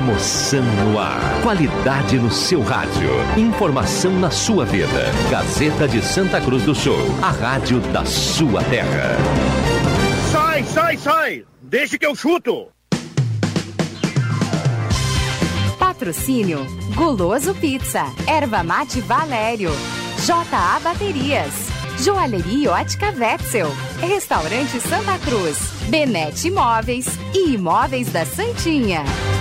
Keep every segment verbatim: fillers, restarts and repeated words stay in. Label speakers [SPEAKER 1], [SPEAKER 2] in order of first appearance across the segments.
[SPEAKER 1] Emoção no ar. Qualidade no seu rádio. Informação na sua vida. Gazeta de Santa Cruz do Sul. A rádio da sua terra.
[SPEAKER 2] Sai, sai, sai! Deixa que eu chuto!
[SPEAKER 3] Patrocínio Guloso Pizza, Erva Mate Valério, J A Baterias, Joalheria Ótica Wetzel, Restaurante Santa Cruz, Benete Imóveis e Imóveis da Santinha.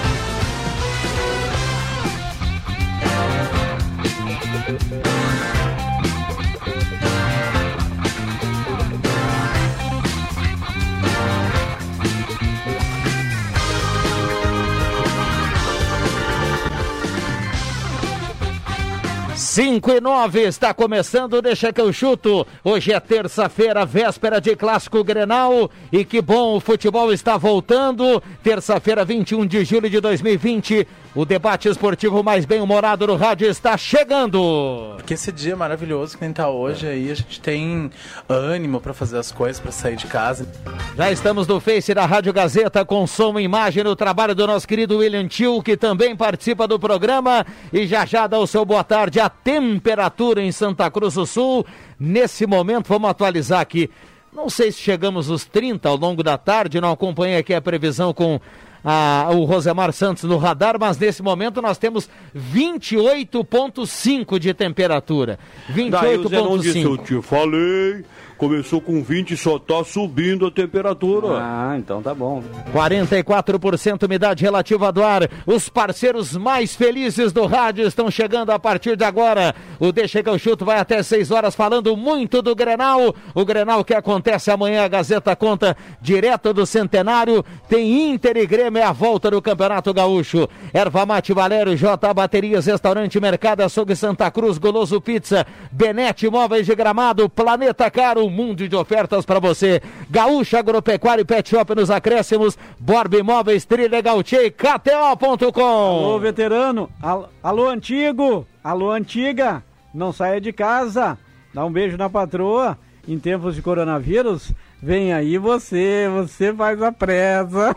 [SPEAKER 4] cinco e nove, está começando, deixa que eu chuto. Hoje é terça-feira, véspera de Clássico Grenal, e que bom, o futebol está voltando. Terça-feira, vinte e um de julho de dois mil e vinte, o debate esportivo mais bem-humorado no rádio está chegando.
[SPEAKER 5] Porque esse dia maravilhoso que nem tá hoje, aí a gente tem ânimo para fazer as coisas, para sair de casa.
[SPEAKER 4] Já estamos no Face da Rádio Gazeta com som e imagem no trabalho do nosso querido William Tio, que também participa do programa, e já já dá o seu boa tarde. A temperatura em Santa Cruz do Sul, nesse momento, vamos atualizar aqui, não sei se chegamos aos trinta ao longo da tarde, não acompanhei aqui a previsão com a, o Rosemar Santos no radar, mas nesse momento nós temos vinte e oito vírgula cinco de temperatura. vinte e oito vírgula cinco.
[SPEAKER 6] Eu te falei, começou com vinte e só tá subindo a temperatura.
[SPEAKER 7] Ah, então tá bom.
[SPEAKER 4] quarenta e quatro por cento umidade relativa do ar. Os parceiros mais felizes do rádio estão chegando a partir de agora. O Deixa que eu chuto vai até seis horas falando muito do Grenal. O Grenal que acontece amanhã, a Gazeta conta direto do Centenário. Tem Inter e Grêmio, é a volta do Campeonato Gaúcho. Erva Mate Valério, J A Baterias, Restaurante Mercado Açougue Santa Cruz, Goloso Pizza, Benete Imóveis de Gramado, Planeta Caro, um mundo de ofertas para você. Gaúcha Agropecuária e Pet Shop nos acréscimos, Borba Imóveis, Trilegal Tchê, K T O ponto com.
[SPEAKER 8] Alô, veterano. Alô, alô, antigo. Alô, antiga. Não saia de casa. Dá um beijo na patroa. Em tempos de coronavírus, vem aí você. Você faz a presa.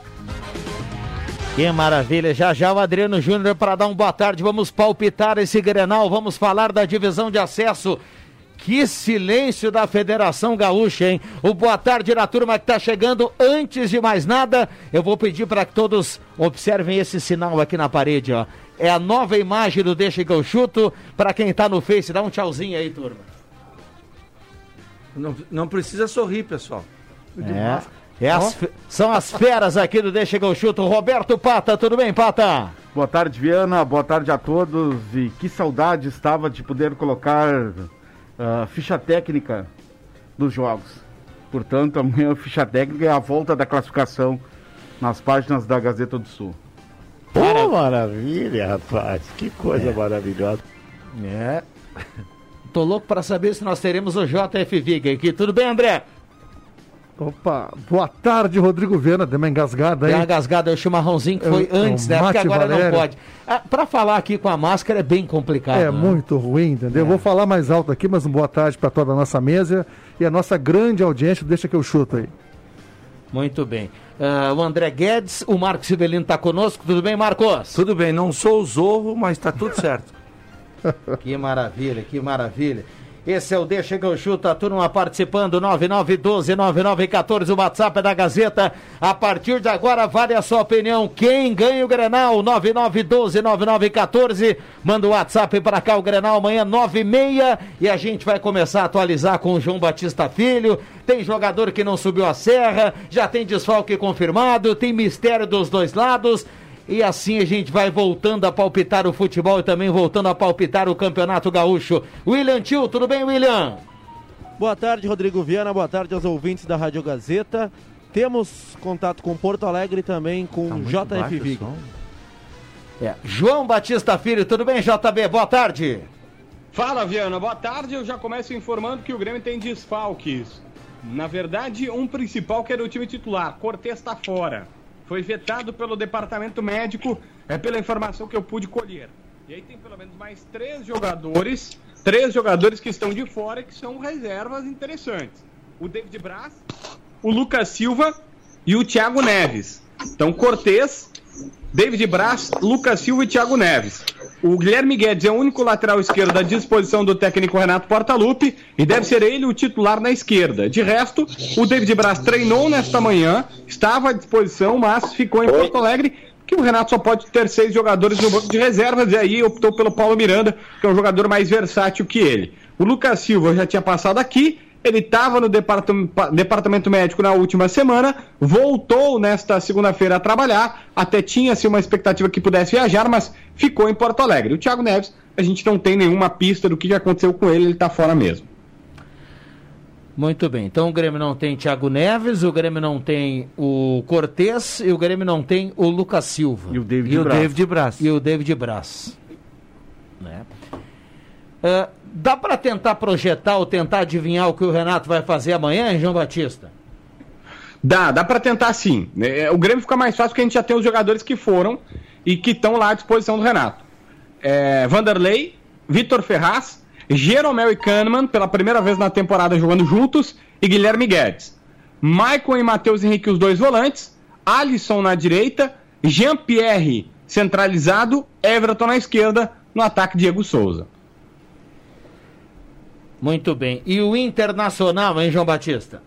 [SPEAKER 4] Que maravilha, já já o Adriano Júnior para dar um boa tarde, vamos palpitar esse Grenal, vamos falar da divisão de acesso. Que silêncio da Federação Gaúcha, hein? O boa tarde na turma que está chegando. Antes de mais nada, eu vou pedir para que todos observem esse sinal aqui na parede, ó. É a nova imagem do Deixa que eu chuto, para quem está no Face, dá um tchauzinho aí, turma.
[SPEAKER 9] Não, não precisa sorrir, pessoal.
[SPEAKER 4] É. É as, são as feras aqui do Deixa que eu chuto. Roberto Pata, tudo bem, Pata?
[SPEAKER 10] Boa tarde, Viana, boa tarde a todos. E que saudade estava de poder colocar uh, ficha técnica dos jogos. Portanto, amanhã a ficha técnica é a volta da classificação nas páginas da Gazeta do Sul.
[SPEAKER 11] Pô, Maravilha, maravilha, rapaz. Que coisa é. maravilhosa.
[SPEAKER 4] É. Tô louco para saber se nós teremos o J F Vig aqui. Tudo bem, André?
[SPEAKER 12] Opa, boa tarde, Rodrigo Viana, deu uma engasgada aí.
[SPEAKER 4] Deu uma engasgada, é o chimarrãozinho que foi eu, antes, né? Porque agora Valério. Não pode. Ah, pra falar aqui com a máscara é bem complicado.
[SPEAKER 12] É, né? Muito ruim, entendeu? É. Vou falar mais alto aqui, mas uma boa tarde para toda a nossa mesa e a nossa grande audiência, deixa que eu chuto aí.
[SPEAKER 4] Muito bem. Uh, o André Guedes, o Marcos Sibelino tá conosco, tudo bem, Marcos?
[SPEAKER 9] Tudo bem, não sou o Zorro, mas tá tudo certo.
[SPEAKER 4] Que maravilha, que maravilha. Esse é o Deixa que eu chuto, a turma participando, nove nove um dois, nove nove um quatro, o WhatsApp é da Gazeta. A partir de agora, vale a sua opinião. Quem ganha o Grenal? nove nove um dois, nove nove um quatro, manda o WhatsApp para cá, o Grenal amanhã nove e meia, e a gente vai começar a atualizar com o João Batista Filho. Tem jogador que não subiu a serra, já tem desfalque confirmado, tem mistério dos dois lados. E assim a gente vai voltando a palpitar o futebol e também voltando a palpitar o Campeonato Gaúcho. William Tio, tudo bem, William?
[SPEAKER 13] Boa tarde, Rodrigo Viana, boa tarde aos ouvintes da Rádio Gazeta. Temos contato com Porto Alegre e também com tá J F Vig.
[SPEAKER 4] É. João Batista Filho, tudo bem, J B? Boa tarde.
[SPEAKER 14] Fala, Viana, boa tarde. Eu já começo informando que o Grêmio tem desfalques. Na verdade, um principal que era o time titular, Cortez está fora. Foi vetado pelo departamento médico, é pela informação que eu pude colher. E aí tem pelo menos mais três jogadores, três jogadores que estão de fora e que são reservas interessantes. O David Braz, o Lucas Silva e o Thiago Neves. Então Cortez David Braz, Lucas Silva e Thiago Neves. O Guilherme Guedes é o único lateral esquerdo à disposição do técnico Renato Portaluppi e deve ser ele o titular na esquerda. De resto, o David Braz treinou nesta manhã, estava à disposição, mas ficou em Porto Alegre, que o Renato só pode ter seis jogadores no banco de reservas, e aí optou pelo Paulo Miranda, que é um jogador mais versátil que ele. O Lucas Silva já tinha passado aqui, ele estava no departamento, departamento médico na última semana, voltou nesta segunda-feira a trabalhar, até tinha-se uma expectativa que pudesse viajar, mas ficou em Porto Alegre. O Thiago Neves, a gente não tem nenhuma pista do que aconteceu com ele, ele está fora mesmo.
[SPEAKER 4] Muito bem, então o Grêmio não tem Thiago Neves, o Grêmio não tem o Cortez e o Grêmio não tem o Lucas Silva.
[SPEAKER 10] E o David
[SPEAKER 4] e o
[SPEAKER 10] Braz.
[SPEAKER 4] David Braz. E o David Braz. Né? Uh, dá para tentar projetar ou tentar adivinhar o que o Renato vai fazer amanhã, hein, João Batista?
[SPEAKER 14] Dá, dá para tentar sim. O Grêmio fica mais fácil porque a gente já tem os jogadores que foram e que estão lá à disposição do Renato. É, Vanderlei, Vitor Ferraz, Jeromel e Kahneman, pela primeira vez na temporada jogando juntos, e Guilherme Guedes. Maicon e Matheus Henrique, os dois volantes, Alisson na direita, Jean-Pierre centralizado, Everton na esquerda, no ataque Diego Souza.
[SPEAKER 4] Muito bem. E o Internacional, hein, João Batista?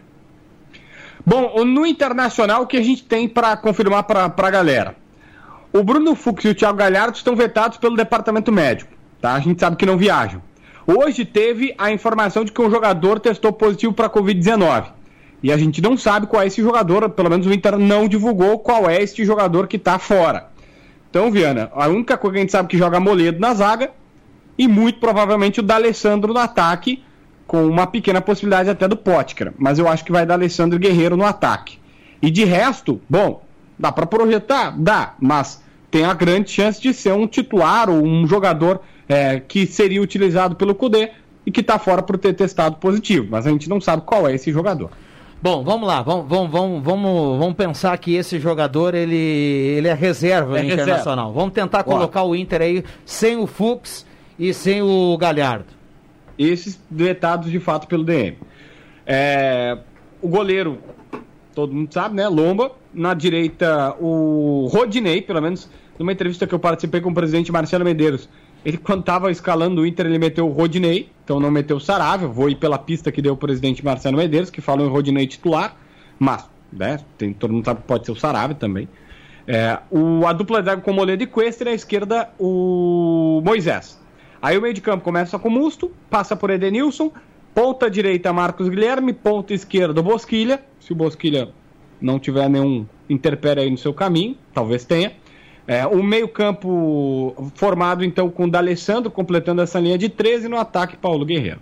[SPEAKER 14] Bom, no Internacional, o que a gente tem para confirmar para a galera? O Bruno Fux e o Thiago Galhardo estão vetados pelo departamento médico, tá? A gente sabe que não viajam. Hoje teve a informação de que um jogador testou positivo para covid dezenove. E a gente não sabe qual é esse jogador, pelo menos o Inter não divulgou qual é este jogador que está fora. Então, Viana, a única coisa que a gente sabe é que joga Moledo na zaga e muito provavelmente o D'Alessandro no ataque, com uma pequena possibilidade até do Potker. Mas eu acho que vai dar Alessandro Guerreiro no ataque. E de resto, bom, dá para projetar? Dá, mas tem a grande chance de ser um titular ou um jogador é, que seria utilizado pelo Cudê e que está fora por ter testado positivo. Mas a gente não sabe qual é esse jogador.
[SPEAKER 4] Bom, vamos lá, vamos, vamos, vamos, vamos, vamos pensar que esse jogador, ele, ele é reserva
[SPEAKER 14] é
[SPEAKER 4] internacional.
[SPEAKER 14] Reserva.
[SPEAKER 4] Vamos tentar colocar Ó. o Inter aí sem o Fux e sem o Galhardo.
[SPEAKER 14] Esses vetados de fato pelo D M. É, o goleiro, todo mundo sabe, né? Lomba. Na direita, o Rodinei, pelo menos numa entrevista que eu participei com o presidente Marcelo Medeiros. Ele, quando estava escalando o Inter, ele meteu o Rodinei, então não meteu o Saravia. Vou ir pela pista que deu o presidente Marcelo Medeiros, que falou em Rodinei titular, mas, né, tem, todo mundo sabe que pode ser o Saravia também. É, o, a dupla zaga com Moledo e Cuesta, e na esquerda o Moisés. Aí o meio de campo começa com Musto, passa por Edenilson, ponta direita Marcos Guilherme, ponta esquerda Bosquilha, se o Bosquilha não tiver nenhum interpere aí no seu caminho, talvez tenha. É, o meio campo formado então com o D'Alessandro, completando essa linha de treze, no ataque Paulo Guerreiro.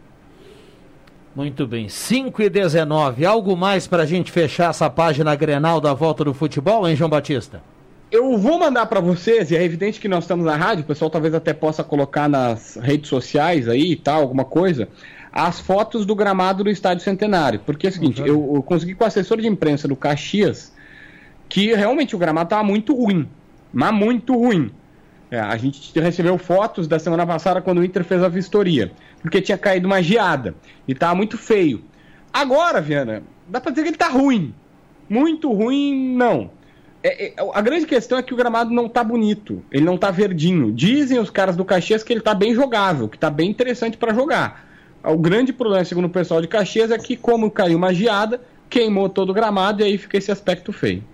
[SPEAKER 4] Muito bem, cinco e dezenove, algo mais para a gente fechar essa página Grenal da volta do futebol, hein, João Batista?
[SPEAKER 14] Eu vou mandar para vocês, e é evidente que nós estamos na rádio, o pessoal talvez até possa colocar nas redes sociais aí e tal, alguma coisa, as fotos do gramado do Estádio Centenário. Porque é o seguinte, uhum. eu, eu consegui com o assessor de imprensa do Caxias que realmente o gramado estava muito ruim, mas muito ruim. É, a gente recebeu fotos da semana passada quando o Inter fez a vistoria, porque tinha caído uma geada e estava muito feio. Agora, Viana, dá para dizer que ele está ruim. Muito ruim, não. É, é, a grande questão é que o gramado não tá bonito, ele não tá verdinho. Dizem os caras do Caxias que ele tá bem jogável, que tá bem interessante para jogar. O grande problema, segundo o pessoal de Caxias, é que como caiu uma geada, queimou todo o gramado e aí fica esse aspecto feio.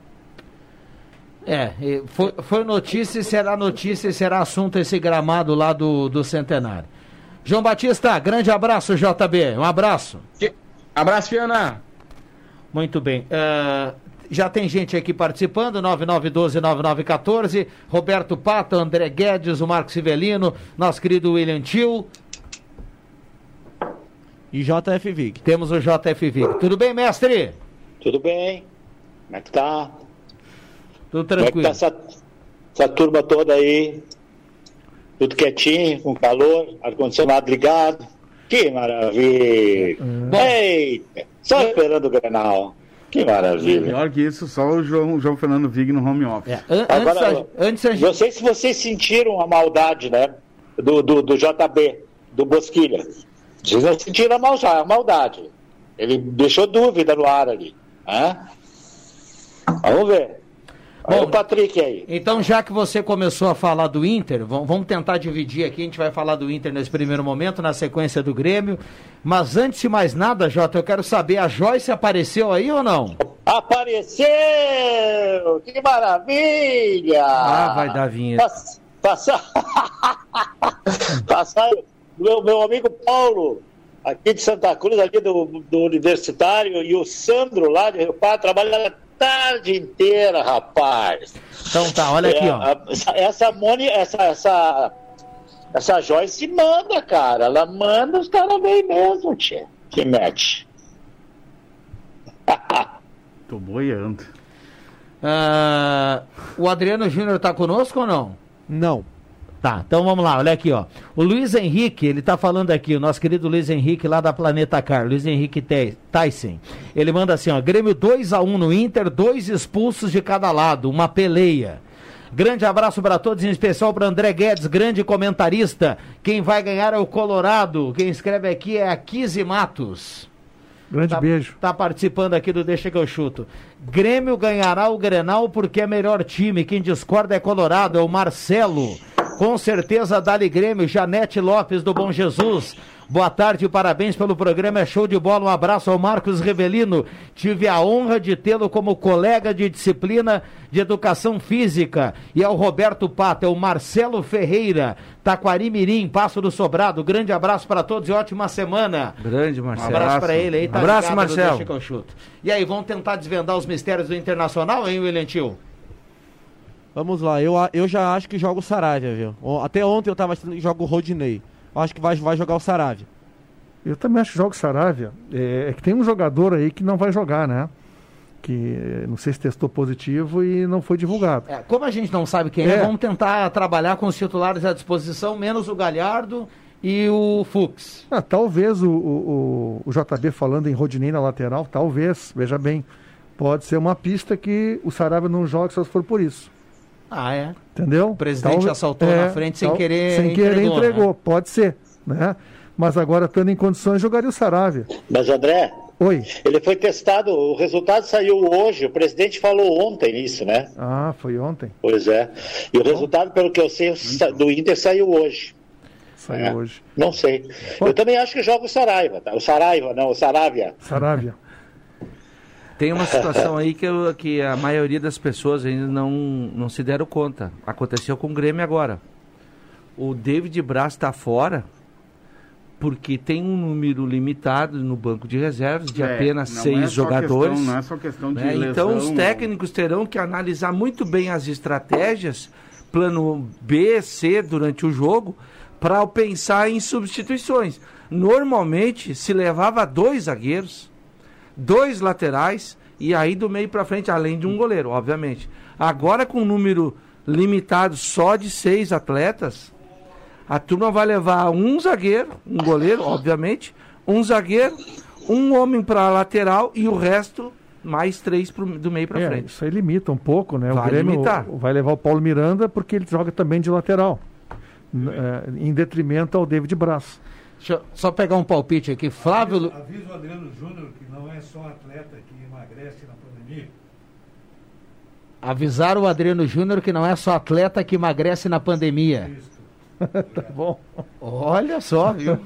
[SPEAKER 4] É, foi, foi notícia e será notícia e será assunto esse gramado lá do, do Centenário. João Batista, grande abraço, J B, um abraço.
[SPEAKER 14] Abraço, Fiana.
[SPEAKER 4] Muito bem, uh... já tem gente aqui participando, nove nove um dois nove nove um quatro, Roberto Pata, André Guedes, o Marcos Civelino, nosso querido William Tio.
[SPEAKER 13] E J F Vig.
[SPEAKER 4] Temos o J F Vig. Tudo bem, mestre?
[SPEAKER 7] Tudo bem. Como é que tá?
[SPEAKER 4] Tudo tranquilo.
[SPEAKER 7] Como é que tá essa, essa turma toda aí? Tudo quietinho, com calor, ar-condicionado ligado. Que maravilha. Hum. Eita, só esperando o Grenal. Que maravilha.
[SPEAKER 10] Melhor que isso, só o João, João Fernando Vig no home office. É,
[SPEAKER 7] an- Agora, antes, a, antes a gente... Não sei se vocês sentiram a maldade, né? Do, do, do J B, do Bosquilha. Vocês não sentiram a, mal, a maldade. Ele deixou dúvida no ar ali. Hã? Vamos ver. Olha o Patrick aí.
[SPEAKER 4] Então, já que você começou a falar do Inter, vamos tentar dividir aqui, a gente vai falar do Inter nesse primeiro momento, na sequência do Grêmio. Mas antes de mais nada, Jota, eu quero saber, a Joyce apareceu aí ou não?
[SPEAKER 7] Apareceu! Que maravilha!
[SPEAKER 9] Ah, vai dar vinheta.
[SPEAKER 7] Pass, passar... passar... Meu, meu amigo Paulo, aqui de Santa Cruz, aqui do, do Universitário, e o Sandro lá de Rio Pardo, trabalham a tarde inteira, rapaz.
[SPEAKER 4] Então tá, olha aqui,
[SPEAKER 7] é,
[SPEAKER 4] ó.
[SPEAKER 7] A, essa, essa Moni, essa, essa, essa Joyce manda, cara. Ela manda, os caras vêm mesmo, tia. Que mete.
[SPEAKER 10] Tô boiando.
[SPEAKER 4] Uh, o Adriano Júnior tá conosco ou não?
[SPEAKER 13] Não.
[SPEAKER 4] Tá, então vamos lá, olha aqui, ó. O Luiz Henrique, ele tá falando aqui, o nosso querido Luiz Henrique lá da Planeta Car, Luiz Henrique Tyson. Ele manda assim, ó, Grêmio dois a um no Inter, dois expulsos de cada lado, uma peleia. Grande abraço para todos, em especial para André Guedes, grande comentarista. Quem vai ganhar é o Colorado. Quem escreve aqui é a Kizzy Matos.
[SPEAKER 12] Grande
[SPEAKER 4] tá,
[SPEAKER 12] beijo.
[SPEAKER 4] Tá participando aqui do Deixa que eu chuto. Grêmio ganhará o Grenal porque é melhor time. Quem discorda é Colorado, é o Marcelo. Com certeza, Dali Grêmio, Janete Lopes do Bom Jesus. Boa tarde e parabéns pelo programa, é show de bola. Um abraço ao Marcos Revelino. Tive a honra de tê-lo como colega de disciplina de educação física. E ao Roberto Pata, é o Marcelo Ferreira, Taquari Mirim, Passo do Sobrado. Grande abraço para todos e ótima semana.
[SPEAKER 9] Grande Marcelo.
[SPEAKER 4] Um abraço para ele aí. Tá
[SPEAKER 9] abraço, Marcelo.
[SPEAKER 4] Deixa que eu chuto. E aí, vamos tentar desvendar os mistérios do Internacional, hein, William Tio?
[SPEAKER 13] Vamos lá, eu, eu já acho que joga o Saravia, viu? Até ontem eu tava assistindo que joga o Rodinei. Eu acho que vai, vai jogar o Saravia.
[SPEAKER 12] Eu também acho que joga o Saravia. É, é que tem um jogador aí que não vai jogar, né? Que não sei se testou positivo e não foi divulgado.
[SPEAKER 4] É, como a gente não sabe quem é,
[SPEAKER 12] é,
[SPEAKER 4] vamos tentar trabalhar com os titulares à disposição, menos o Galhardo e o Fux.
[SPEAKER 12] Ah, talvez o, o, o J B falando em Rodinei na lateral, talvez, veja bem, pode ser uma pista que o Saravia não joga só se for por isso.
[SPEAKER 4] Ah, é?
[SPEAKER 12] Entendeu?
[SPEAKER 4] O presidente
[SPEAKER 12] Talvez,
[SPEAKER 4] assaltou
[SPEAKER 12] é,
[SPEAKER 4] na frente sem
[SPEAKER 12] tal,
[SPEAKER 4] querer.
[SPEAKER 12] Sem querer
[SPEAKER 4] entregou,
[SPEAKER 12] entregou,
[SPEAKER 4] né?
[SPEAKER 12] Pode ser, né? Mas agora, estando em condições, jogaria o Saravia.
[SPEAKER 7] Mas, André,
[SPEAKER 12] Oi.
[SPEAKER 7] Ele foi testado, o resultado saiu hoje, o presidente falou ontem isso, né?
[SPEAKER 12] Ah, foi ontem.
[SPEAKER 7] Pois é. E o resultado, pelo que eu sei, do Inter saiu hoje.
[SPEAKER 12] Saiu
[SPEAKER 7] é.
[SPEAKER 12] hoje.
[SPEAKER 7] Não sei. Eu também acho que joga o Saraiva, tá? O Saraiva, não, o Saravia.
[SPEAKER 12] Saravia.
[SPEAKER 9] Tem uma situação aí que, eu, que a maioria das pessoas ainda não, não se deram conta. Aconteceu com o Grêmio agora. O David Braz está fora porque tem um número limitado no banco de reservas de
[SPEAKER 10] É,
[SPEAKER 9] apenas
[SPEAKER 10] não
[SPEAKER 9] seis
[SPEAKER 10] é só
[SPEAKER 9] jogadores.
[SPEAKER 10] questão- não é só questão de
[SPEAKER 9] né?
[SPEAKER 10] lesão.
[SPEAKER 9] Então os técnicos terão que analisar muito bem as estratégias, plano B, C durante o jogo, para pensar em substituições. Normalmente se levava dois zagueiros, dois laterais e aí do meio para frente, além de um goleiro, obviamente. Agora com um número limitado só de seis atletas, a turma vai levar um zagueiro, um goleiro, obviamente, um zagueiro, um homem para lateral e o resto mais três pro, do meio para
[SPEAKER 12] É,
[SPEAKER 9] frente.
[SPEAKER 12] isso aí limita um pouco, né?
[SPEAKER 9] Vai
[SPEAKER 12] o Grêmio
[SPEAKER 9] limitar.
[SPEAKER 12] vai levar o Paulo Miranda porque ele joga também de lateral, n- é, em detrimento ao David Braz.
[SPEAKER 4] Deixa eu só pegar um palpite aqui. Flávio. Lu-
[SPEAKER 15] Avisa o Adriano Júnior que não é só atleta que emagrece na pandemia.
[SPEAKER 4] Avisar o Adriano Júnior que não é só atleta que emagrece na pandemia.
[SPEAKER 12] Tá bom.
[SPEAKER 4] Olha só, viu?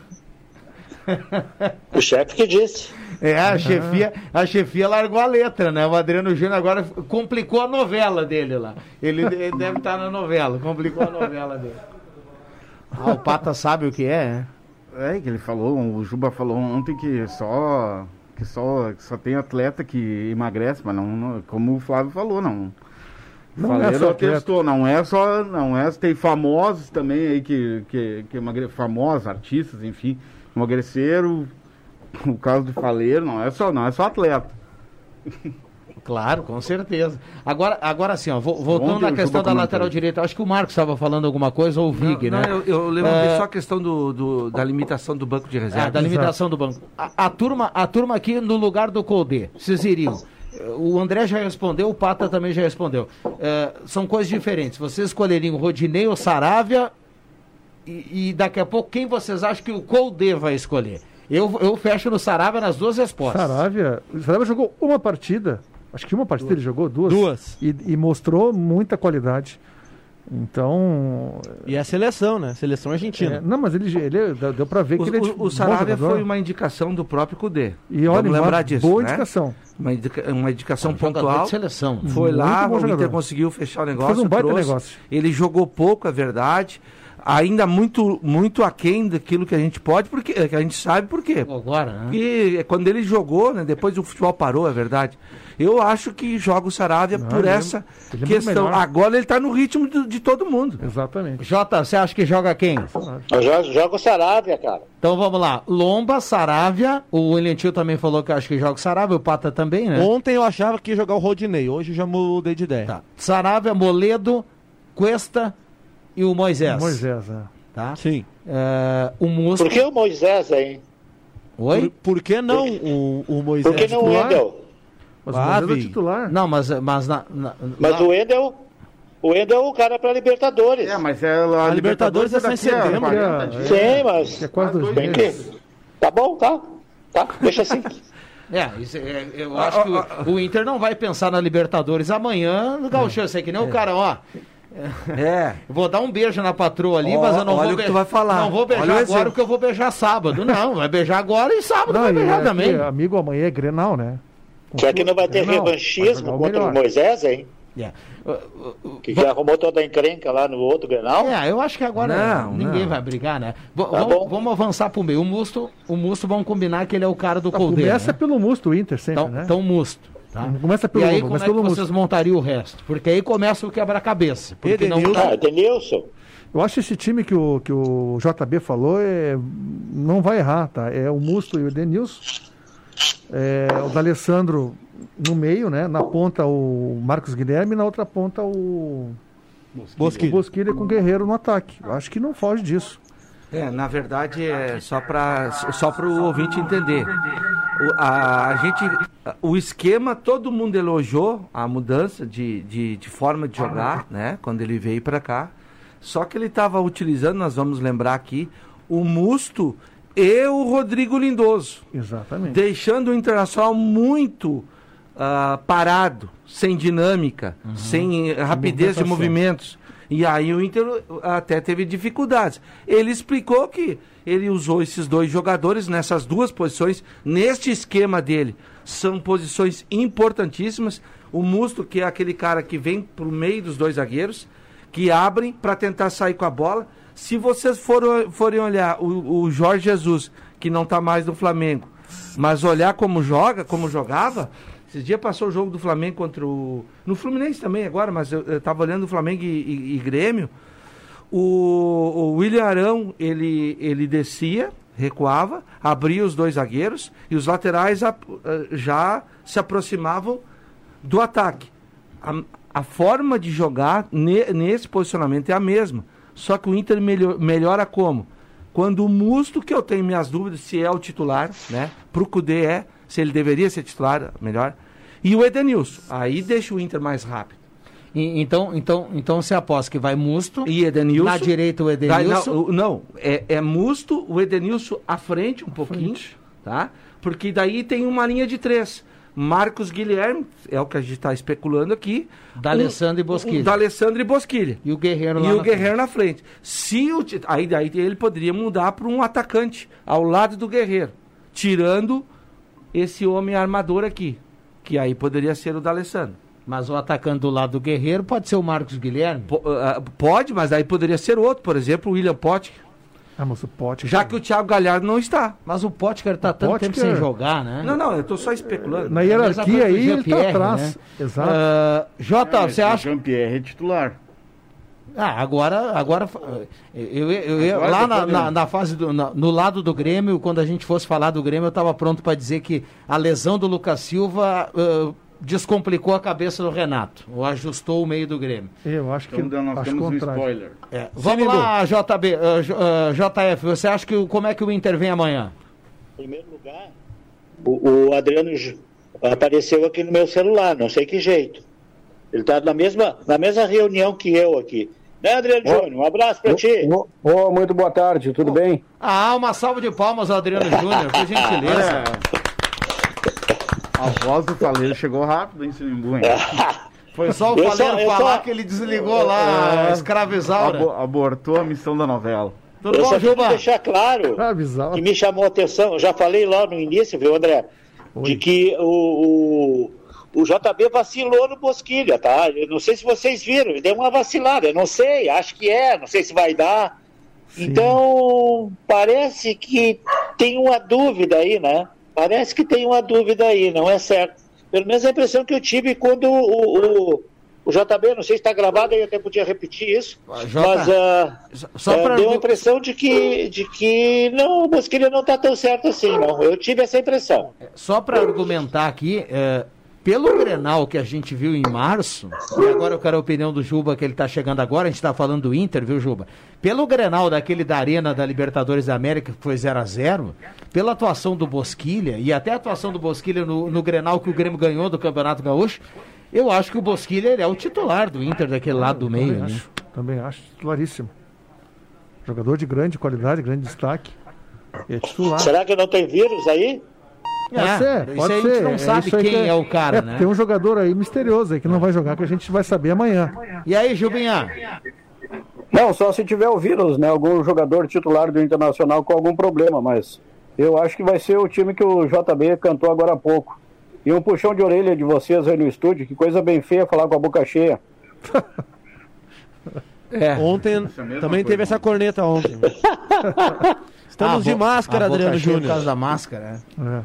[SPEAKER 7] O chefe que disse.
[SPEAKER 4] É, a chefia, a chefia largou a letra, né? O Adriano Júnior agora complicou a novela dele lá. Ele, ele deve estar na novela, complicou a novela dele. Ah, o Pata sabe o que é,
[SPEAKER 10] É, que ele falou, o Juba falou ontem que só que só, que só tem atleta que emagrece, mas não, não- como o Flávio falou, não.
[SPEAKER 12] Não
[SPEAKER 10] Faleiro
[SPEAKER 12] é só atleta.
[SPEAKER 10] testou, não é só, não é, tem famosos também aí que, que, que emagre, famosos, artistas, enfim, emagreceram. O caso do Faleiro não é só, não é só atleta.
[SPEAKER 4] Claro, com certeza. Agora, agora sim, ó, vo- voltando
[SPEAKER 10] Ontem
[SPEAKER 4] à
[SPEAKER 10] o
[SPEAKER 4] questão
[SPEAKER 10] Juba
[SPEAKER 4] da
[SPEAKER 10] comentou
[SPEAKER 4] lateral
[SPEAKER 10] isso.
[SPEAKER 4] direita, acho que o Marcos estava falando alguma coisa, ou o Vig,
[SPEAKER 9] Não,
[SPEAKER 4] né?
[SPEAKER 9] eu, eu levantei
[SPEAKER 4] É,
[SPEAKER 9] só a questão do, do- da limitação do banco de reserva.
[SPEAKER 4] Ah, da limitação do banco. A, a turma, a turma aqui no lugar do Colde, vocês iriam. O André já respondeu, o Pata também já respondeu. É, são coisas diferentes. Vocês escolheriam o Rodinei ou Saravia e, e daqui a pouco quem vocês acham que o Colde vai escolher? Eu, eu fecho no Saravia nas duas respostas.
[SPEAKER 12] Saravia, o Saravia jogou uma partida Acho que uma partida duas. Ele jogou, duas.
[SPEAKER 13] Duas.
[SPEAKER 12] E, e mostrou muita qualidade. Então...
[SPEAKER 13] E a seleção, né? Seleção argentina.
[SPEAKER 12] É, não, mas ele, ele deu pra ver que
[SPEAKER 9] o,
[SPEAKER 12] ele é
[SPEAKER 9] O, o Saravia foi uma indicação do próprio Cudê.
[SPEAKER 12] E olha,
[SPEAKER 9] Vamos lembrar disso,
[SPEAKER 12] boa
[SPEAKER 9] né?
[SPEAKER 12] indicação.
[SPEAKER 9] Uma, indica, uma indicação
[SPEAKER 4] um
[SPEAKER 9] pontual.
[SPEAKER 4] De seleção.
[SPEAKER 9] Foi
[SPEAKER 12] Muito
[SPEAKER 9] lá, o
[SPEAKER 12] jogador.
[SPEAKER 9] Inter conseguiu fechar o negócio.
[SPEAKER 12] Fez um baita
[SPEAKER 9] trouxe.
[SPEAKER 12] negócio.
[SPEAKER 9] Ele jogou pouco, é verdade. Ainda muito, muito aquém daquilo que a gente pode, porque que a gente sabe por quê.
[SPEAKER 4] Agora, né?
[SPEAKER 9] E quando ele jogou, né, depois o futebol parou, é verdade. Eu acho que joga o Saravia
[SPEAKER 12] Não,
[SPEAKER 9] por
[SPEAKER 12] ele,
[SPEAKER 9] essa
[SPEAKER 12] ele é
[SPEAKER 9] questão.
[SPEAKER 12] melhor.
[SPEAKER 9] Agora ele tá no ritmo de, de todo mundo.
[SPEAKER 12] Exatamente.
[SPEAKER 4] Jota, você acha que joga quem?
[SPEAKER 7] Eu jogo, jogo o Saravia, cara.
[SPEAKER 4] Então vamos lá. Lomba, Saravia. O William Tio também falou que acho que joga o Saravia. O Pata também, né?
[SPEAKER 13] Ontem eu achava que ia jogar o Rodinei. Hoje eu já mudei de ideia.
[SPEAKER 4] Tá. Saravia, Moledo, Cuesta e o Moisés.
[SPEAKER 12] Moisés, é.
[SPEAKER 4] Tá?
[SPEAKER 13] Sim.
[SPEAKER 4] É, o Musto...
[SPEAKER 7] Por que o Moisés aí?
[SPEAKER 4] Oi?
[SPEAKER 13] Por, por que não o, o Moisés?
[SPEAKER 7] Por que não o Wendel?
[SPEAKER 12] Mas o Moisés é titular.
[SPEAKER 4] Não, mas, mas na, na,
[SPEAKER 7] Mas
[SPEAKER 4] na...
[SPEAKER 7] o Wendel... O Wendel é o cara pra Libertadores.
[SPEAKER 10] É, mas é, a,
[SPEAKER 13] a Libertadores, Libertadores é só em setembro.
[SPEAKER 12] É,
[SPEAKER 7] Sim, mas...
[SPEAKER 12] É quase dois
[SPEAKER 7] tem
[SPEAKER 12] meses.
[SPEAKER 7] que... Tá bom, tá. Tá, deixa assim.
[SPEAKER 4] É, isso é, eu acho que o, o Inter não vai pensar na Libertadores amanhã no Gauchão. Eu sei que nem é. o cara, ó...
[SPEAKER 9] É.
[SPEAKER 4] Vou dar um beijo na patroa ali,
[SPEAKER 9] Ó,
[SPEAKER 4] mas eu não
[SPEAKER 9] olha
[SPEAKER 4] vou
[SPEAKER 9] o que tu vai falar.
[SPEAKER 4] Não vou beijar
[SPEAKER 9] Olha o
[SPEAKER 4] agora
[SPEAKER 9] exemplo.
[SPEAKER 4] porque eu vou beijar sábado. Não, vai beijar agora e sábado
[SPEAKER 12] Não,
[SPEAKER 4] vai
[SPEAKER 12] e
[SPEAKER 4] beijar
[SPEAKER 12] é
[SPEAKER 4] também.
[SPEAKER 12] que, amigo, amanhã é Grenal, né?
[SPEAKER 7] Será que não vai ter
[SPEAKER 12] Grenal,
[SPEAKER 7] revanchismo
[SPEAKER 12] vai jogar o
[SPEAKER 7] contra o
[SPEAKER 12] melhor.
[SPEAKER 7] Moisés, hein?
[SPEAKER 4] Yeah.
[SPEAKER 7] Que já arrumou toda a encrenca lá no outro Grenal?
[SPEAKER 4] É, eu acho que agora
[SPEAKER 9] Não,
[SPEAKER 4] ninguém
[SPEAKER 9] não.
[SPEAKER 4] vai brigar, né? V-
[SPEAKER 7] Tá
[SPEAKER 4] vamos,
[SPEAKER 7] bom.
[SPEAKER 4] vamos avançar pro meio. O Musto, o Musto, vamos combinar que ele é o cara do
[SPEAKER 12] Tá,
[SPEAKER 4] Coldeiro.
[SPEAKER 12] começa
[SPEAKER 4] né?
[SPEAKER 12] pelo Musto, o Inter sempre,
[SPEAKER 4] Então,
[SPEAKER 12] né?
[SPEAKER 4] então Musto. Tá?
[SPEAKER 12] Começa pelo
[SPEAKER 4] E aí,
[SPEAKER 12] Lomba,
[SPEAKER 4] como
[SPEAKER 12] mas
[SPEAKER 4] é que
[SPEAKER 12] pelo
[SPEAKER 4] vocês
[SPEAKER 12] Musto.
[SPEAKER 4] montariam o resto? Porque aí começa o quebra-cabeça. Porque não
[SPEAKER 13] Edenilson.
[SPEAKER 7] Ah, Edenilson.
[SPEAKER 12] Eu acho que esse time que o, que o J B falou é, não vai errar, tá? É o Musto e o Edenilson. É, o D'Alessandro no meio, né? Na ponta o Marcos Guilherme, na outra ponta o
[SPEAKER 13] Bosquilha.
[SPEAKER 12] o Bosquilha com o Guerreiro no ataque. Eu acho que não foge disso.
[SPEAKER 9] É, na verdade, é só para só para o ouvinte entender. O, a, a gente, o esquema, todo mundo elogiou a mudança de, de, de forma de jogar, né? Quando ele veio para cá. Só que ele estava utilizando, nós vamos lembrar aqui, o Musto e o Rodrigo Lindoso.
[SPEAKER 12] Exatamente.
[SPEAKER 9] Deixando o Internacional muito ah, parado, sem dinâmica,
[SPEAKER 12] Uhum.
[SPEAKER 9] sem rapidez de
[SPEAKER 12] movimentação.
[SPEAKER 9] movimentos. E aí o Inter até teve dificuldades. Ele explicou que ele usou esses dois jogadores nessas duas posições, neste esquema dele. São posições importantíssimas. O Musto, que é aquele cara que vem para o meio dos dois zagueiros, que abrem para tentar sair com a bola. Se vocês forem, forem olhar o, o Jorge Jesus, que não está mais no Flamengo, mas olhar como joga, como jogava, esses dias passou o jogo do Flamengo contra o... No Fluminense também agora, mas eu estava olhando o Flamengo e, e, e Grêmio. O, o William Arão, ele, ele descia, recuava, abria os dois zagueiros e os laterais a, já se aproximavam do ataque. A, a forma de jogar ne, nesse posicionamento é a mesma, só que o Inter melhor, melhora como? Quando o Musto, que eu tenho minhas dúvidas se é o titular, né? Pro Cudê é, se ele deveria ser titular, melhor. E o Edenilson, aí deixa o Inter mais rápido.
[SPEAKER 4] E, então, então, então você aposta que vai Musto
[SPEAKER 9] e Edenilson.
[SPEAKER 4] Na direita o Edenilson.
[SPEAKER 9] Não, não é, é Musto, o Edenilson à frente um pouquinho, frente. Tá? Porque daí tem uma linha de três. Marcos Guilherme, é o que a gente está especulando aqui.
[SPEAKER 4] D'Alessandro um, e Bosquilha.
[SPEAKER 9] Um, D'Alessandro e Bosquilha.
[SPEAKER 4] E o Guerreiro lá
[SPEAKER 9] E o
[SPEAKER 4] na
[SPEAKER 9] Guerreiro
[SPEAKER 4] frente.
[SPEAKER 9] na frente. Se o, aí daí ele poderia mudar para um atacante ao lado do Guerreiro, tirando esse homem armador aqui, que aí poderia ser o D'Alessandro.
[SPEAKER 4] Mas o atacante do lado do Guerreiro pode ser o Marcos Guilherme?
[SPEAKER 9] P- uh, pode, mas aí poderia ser outro, por exemplo, o William Potker.
[SPEAKER 12] Ah, mas o Potker...
[SPEAKER 9] Já que o Thiago Galhardo não está.
[SPEAKER 4] Mas o Potker está tanto
[SPEAKER 12] Potker...
[SPEAKER 4] tempo sem jogar, né?
[SPEAKER 9] Não, não, eu estou só especulando.
[SPEAKER 12] Na hierarquia aí, ele está atrás.
[SPEAKER 4] Né?
[SPEAKER 12] Exato.
[SPEAKER 4] Uh, Jota,
[SPEAKER 10] É,
[SPEAKER 4] você acha...
[SPEAKER 10] O Jean-Pierre é titular.
[SPEAKER 4] Ah, agora, agora eu, eu, eu, eu
[SPEAKER 10] Agora
[SPEAKER 4] lá na,
[SPEAKER 10] depois,
[SPEAKER 4] na,
[SPEAKER 10] né?
[SPEAKER 4] na fase do, na, no lado do Grêmio, quando a gente fosse falar do Grêmio, eu estava pronto para dizer que a lesão do Lucas Silva uh, descomplicou a cabeça do Renato, ou ajustou o meio do Grêmio.
[SPEAKER 12] Eu acho que
[SPEAKER 10] Então nós
[SPEAKER 12] acho
[SPEAKER 10] temos um
[SPEAKER 12] contrário.
[SPEAKER 10] spoiler.
[SPEAKER 4] É, vamos lá, J B, uh, J- uh, J F, você acha que o- como é que o Inter vem amanhã?
[SPEAKER 7] Em primeiro lugar, o, o Adriano Ju- apareceu aqui no meu celular, não sei que jeito. Ele está na mesma, na mesma reunião que eu aqui. Né, Adriano
[SPEAKER 16] Ó,
[SPEAKER 7] Júnior? Um abraço para ti.
[SPEAKER 16] Ô, ô, muito boa tarde, tudo bem?
[SPEAKER 4] Ah, uma salva de palmas ao Adriano Júnior, por gentileza.
[SPEAKER 10] A voz do Faleiro chegou rápido, hein, Sinimbu, hein?
[SPEAKER 4] Foi só o
[SPEAKER 10] Eu
[SPEAKER 4] Faleiro
[SPEAKER 10] só- eu
[SPEAKER 4] falar
[SPEAKER 10] só-
[SPEAKER 4] que ele desligou lá a
[SPEAKER 10] É,
[SPEAKER 4] escravizaura.
[SPEAKER 10] abo- abortou a missão da novela.
[SPEAKER 4] Tudo
[SPEAKER 7] eu
[SPEAKER 4] bom,
[SPEAKER 7] só quero
[SPEAKER 4] Juba?
[SPEAKER 7] deixar claro que me chamou a atenção, eu já falei lá no início, viu, André, de que o, o, o J B vacilou no Bosquilha, tá? Eu não sei se vocês viram, ele deu uma vacilada, eu não sei, acho que é, não sei se vai dar. Então, parece que tem uma dúvida aí, né? Parece que tem uma dúvida aí, não é certo. Pelo menos a impressão que eu tive quando o, o, o J B, não sei se está gravado, eu até podia repetir isso,
[SPEAKER 4] J-
[SPEAKER 7] mas ah,
[SPEAKER 4] só
[SPEAKER 7] ah,
[SPEAKER 4] pra-
[SPEAKER 7] deu a impressão de que, de que não, o Bosquilha não está tão certo assim, não. Eu tive essa impressão.
[SPEAKER 4] Só para argumentar aqui, é, pelo Grenal que a gente viu em março, e agora eu quero a opinião do Juba, que ele está chegando agora, a gente está falando do Inter, viu, Juba? Pelo Grenal daquele da Arena da Libertadores da América, que foi zero a zero, pela atuação do Bosquilha, e até a atuação do Bosquilha no, no Grenal que o Grêmio ganhou do Campeonato Gaúcho, eu acho que o Bosquilha ele é o titular do Inter daquele lado do meio.
[SPEAKER 12] Também
[SPEAKER 4] né?
[SPEAKER 12] acho, também acho, titularíssimo. Jogador de grande qualidade, grande destaque. É titular.
[SPEAKER 7] Será que não tem vírus aí?
[SPEAKER 12] Pode
[SPEAKER 4] É,
[SPEAKER 12] ser,
[SPEAKER 4] isso
[SPEAKER 12] pode
[SPEAKER 4] aí
[SPEAKER 12] ser.
[SPEAKER 4] a gente não sabe
[SPEAKER 12] isso aí
[SPEAKER 4] quem
[SPEAKER 12] que
[SPEAKER 4] é o cara,
[SPEAKER 12] é,
[SPEAKER 4] né?
[SPEAKER 12] Tem um jogador aí misterioso aí que não vai jogar, que a gente vai saber amanhã.
[SPEAKER 4] E aí, Jubinha?
[SPEAKER 16] Não, só se tiver o vírus, né? Algum jogador titular do Internacional com algum problema, mas eu acho que vai ser o time que o J B cantou agora há pouco. E um puxão de orelha de vocês aí no estúdio, que coisa bem feia falar com a boca cheia.
[SPEAKER 13] É. Ontem também teve essa corneta ontem. Estamos
[SPEAKER 4] Ah,
[SPEAKER 13] de
[SPEAKER 4] bo-
[SPEAKER 13] máscara,
[SPEAKER 4] a boca
[SPEAKER 13] Adriano
[SPEAKER 4] cheia
[SPEAKER 13] Júnior.
[SPEAKER 4] Por causa da máscara, né?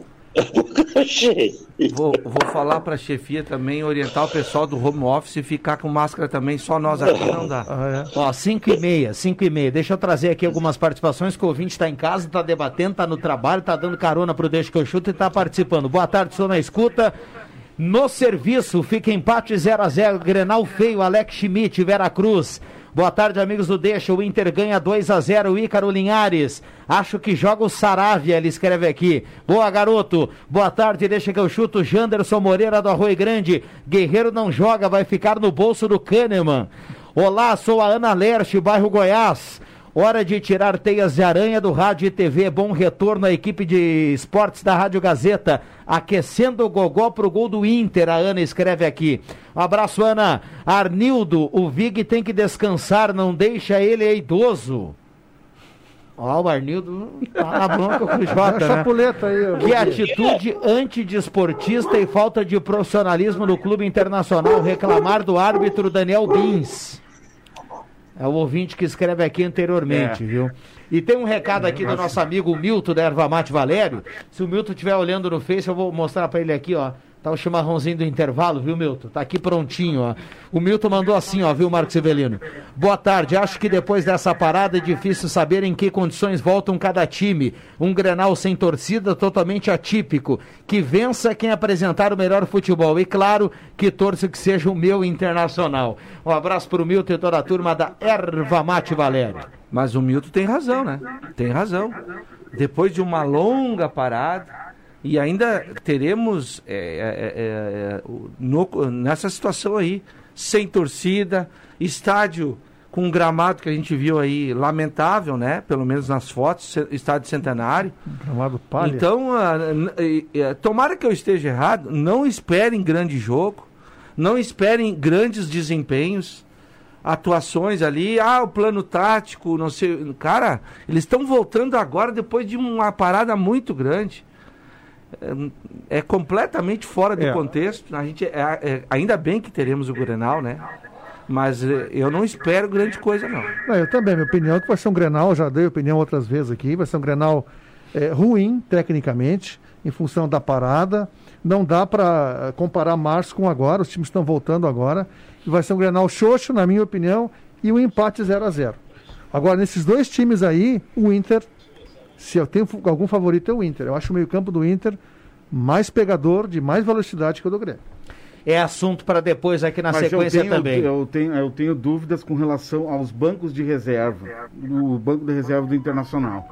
[SPEAKER 9] Vou, vou falar pra chefia também orientar o pessoal do home office e ficar com máscara também, só nós aqui não dá.
[SPEAKER 4] Ó, cinco e meia, cinco e meia. Deixa eu trazer aqui algumas participações que o ouvinte está em casa, está debatendo, está no trabalho, está dando carona pro Deixa que eu chuto e está participando. Boa tarde, estou na escuta. No serviço, fica empate zero a zero, Grenal feio, Alex Schmidt, Veracruz. Boa tarde, amigos do Deixa. O Inter ganha dois a zero, Ícaro Linhares. Acho que joga o Saravia, ele escreve aqui. Boa, garoto. Boa tarde, deixa que eu chuto. Janderson Moreira do Arroio Grande. Guerreiro não joga, vai ficar no bolso do Kahneman. Olá, sou a Ana Lerche, bairro Goiás. Hora de tirar teias de aranha do rádio e T V. Bom retorno à equipe de esportes da Rádio Gazeta. Aquecendo o gogó pro gol do Inter, a Ana escreve aqui. Um abraço, Ana. Arnildo, o Vig tem que descansar, não deixa ele é idoso. Ó, o Arnildo tá na bronca com o Jota,
[SPEAKER 12] É a
[SPEAKER 4] né?
[SPEAKER 12] chapuleta aí, eu-
[SPEAKER 4] Que atitude antidesportista e falta de profissionalismo no Clube Internacional. Reclamar do árbitro Daniel Bins. É o ouvinte que escreve aqui anteriormente,
[SPEAKER 10] É.
[SPEAKER 4] viu? E tem um recado aqui do nosso amigo Milton da Erva Mate Valério. Se o Milton estiver olhando no Face, eu vou mostrar pra ele aqui, ó. Tá o chimarrãozinho do intervalo, viu, Milton? Tá aqui prontinho, ó. O Milton mandou assim, ó, viu, Marcos Severino? Boa tarde. Acho que depois dessa parada é difícil saber em que condições voltam cada time. Um Grenal sem torcida totalmente atípico. Que vença quem apresentar o melhor futebol. E claro, que torço que seja o meu Internacional. Um abraço pro Milton e toda a turma da Erva Mate Valério.
[SPEAKER 9] Mas o Milton tem razão, né? Tem razão. Depois de uma longa parada, e ainda teremos é, é, é, é, no- nessa situação aí, sem torcida, estádio com um gramado que a gente viu aí lamentável, né? Pelo menos nas fotos, ce- estádio centenário.
[SPEAKER 12] Gramado palha.
[SPEAKER 9] Então, ah, n- eh, eh, tomara que eu esteja errado, não esperem grande jogo, não esperem grandes desempenhos, atuações ali, ah, o plano tático, não sei. Cara, eles estão voltando agora depois de uma parada muito grande. É, é completamente fora do
[SPEAKER 12] É.
[SPEAKER 9] contexto. A gente, é, é, ainda bem que teremos o Grenal, né? Mas eh, eu não espero grande coisa, não.
[SPEAKER 12] Não, eu também, minha opinião é que vai ser um Grenal, já dei opinião outras vezes aqui, vai ser um Grenal é, ruim, tecnicamente, em função da parada. Não dá para comparar março com agora, os times estão voltando agora. E vai ser um Grenal xoxo, na minha opinião, e um empate zero a zero. Agora, nesses dois times aí, o Inter, se eu tenho algum favorito, é o Inter. Eu acho o meio-campo do Inter mais pegador, de mais velocidade que o do Grêmio.
[SPEAKER 4] É assunto para depois aqui na
[SPEAKER 10] Mas
[SPEAKER 4] sequência
[SPEAKER 10] eu tenho,
[SPEAKER 4] também.
[SPEAKER 10] Eu tenho, eu tenho dúvidas com relação aos bancos de reserva, o banco de reserva do Internacional.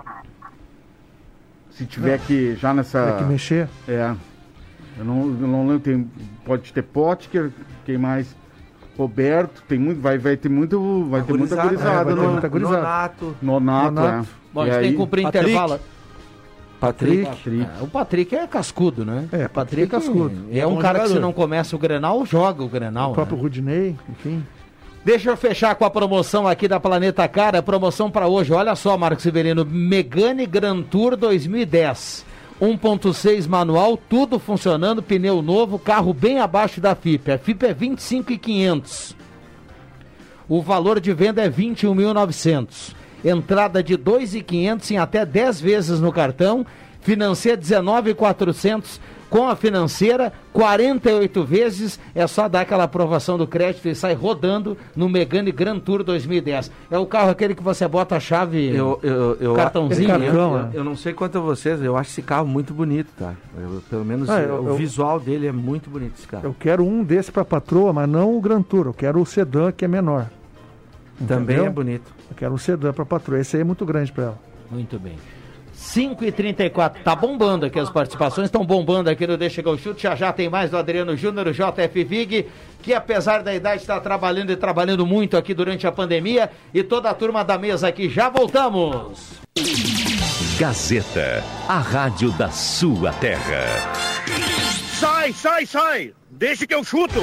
[SPEAKER 10] Se tiver que já nessa...
[SPEAKER 12] Tem que mexer.
[SPEAKER 10] É. Eu não, eu não lembro, tem, pode ter Potker, quem mais? Roberto, tem muito, vai, vai ter muito, vai ter muita
[SPEAKER 9] Gurizada,
[SPEAKER 10] gurizada.
[SPEAKER 12] é, vai ter
[SPEAKER 10] no-
[SPEAKER 12] muita gurizada.
[SPEAKER 9] Nonato.
[SPEAKER 10] Nonato,
[SPEAKER 12] Nonato.
[SPEAKER 10] é.
[SPEAKER 4] Bom, a
[SPEAKER 10] E
[SPEAKER 4] gente tem
[SPEAKER 10] aí-
[SPEAKER 4] que cumprir
[SPEAKER 13] Patrick.
[SPEAKER 4] intervalo.
[SPEAKER 9] Patrick.
[SPEAKER 4] Patrick. Ah, o Patrick é cascudo, né?
[SPEAKER 12] É,
[SPEAKER 4] o Patrick
[SPEAKER 12] é cascudo.
[SPEAKER 4] É, é um cara jogador. Que se não começa o Grenal, joga o Grenal.
[SPEAKER 12] O próprio
[SPEAKER 4] né?
[SPEAKER 12] Rudinei, enfim.
[SPEAKER 4] Deixa eu fechar com a promoção aqui da Planeta Car, a promoção para hoje. Olha só, Marcos Severino, Megane Grand Tour dois mil e dez. um ponto seis manual, tudo funcionando, pneu novo, carro bem abaixo da F I P. A F I P é vinte e cinco mil e quinhentos. O valor de venda é vinte e um mil e novecentos. Entrada de dois mil e quinhentos em até dez vezes no cartão. Financia dezenove mil e quatrocentos. Com a financeira, quarenta e oito vezes. É só dar aquela aprovação do crédito e sai rodando no Megane Grand Tour dois mil e dez. É o carro aquele que você bota a chave,
[SPEAKER 9] eu, eu, eu,
[SPEAKER 4] cartãozinho.
[SPEAKER 9] Cartão,
[SPEAKER 4] né?
[SPEAKER 9] eu, eu não sei quanto a vocês, eu acho esse carro muito bonito, tá? Eu, pelo menos
[SPEAKER 12] ah,
[SPEAKER 9] eu,
[SPEAKER 12] eu,
[SPEAKER 9] o
[SPEAKER 12] eu,
[SPEAKER 9] visual dele é muito bonito, esse carro.
[SPEAKER 12] Eu quero um desse para patroa, mas não o Grand Tour. Eu quero o sedã, que é menor.
[SPEAKER 9] Também
[SPEAKER 12] Entendeu?
[SPEAKER 9] é bonito.
[SPEAKER 12] Eu quero um sedã para patroa. Esse aí é muito grande para ela.
[SPEAKER 4] Muito bem. cinco e trinta e quatro, tá bombando aqui as participações, estão bombando aqui no Deixa que eu chuto. Já já tem mais do Adriano Júnior, o J F Vig, que apesar da idade está trabalhando e trabalhando muito aqui durante a pandemia, e toda a turma da mesa aqui. Já voltamos.
[SPEAKER 1] Gazeta, a rádio da sua terra.
[SPEAKER 2] Sai, sai, sai! Deixa que eu chuto!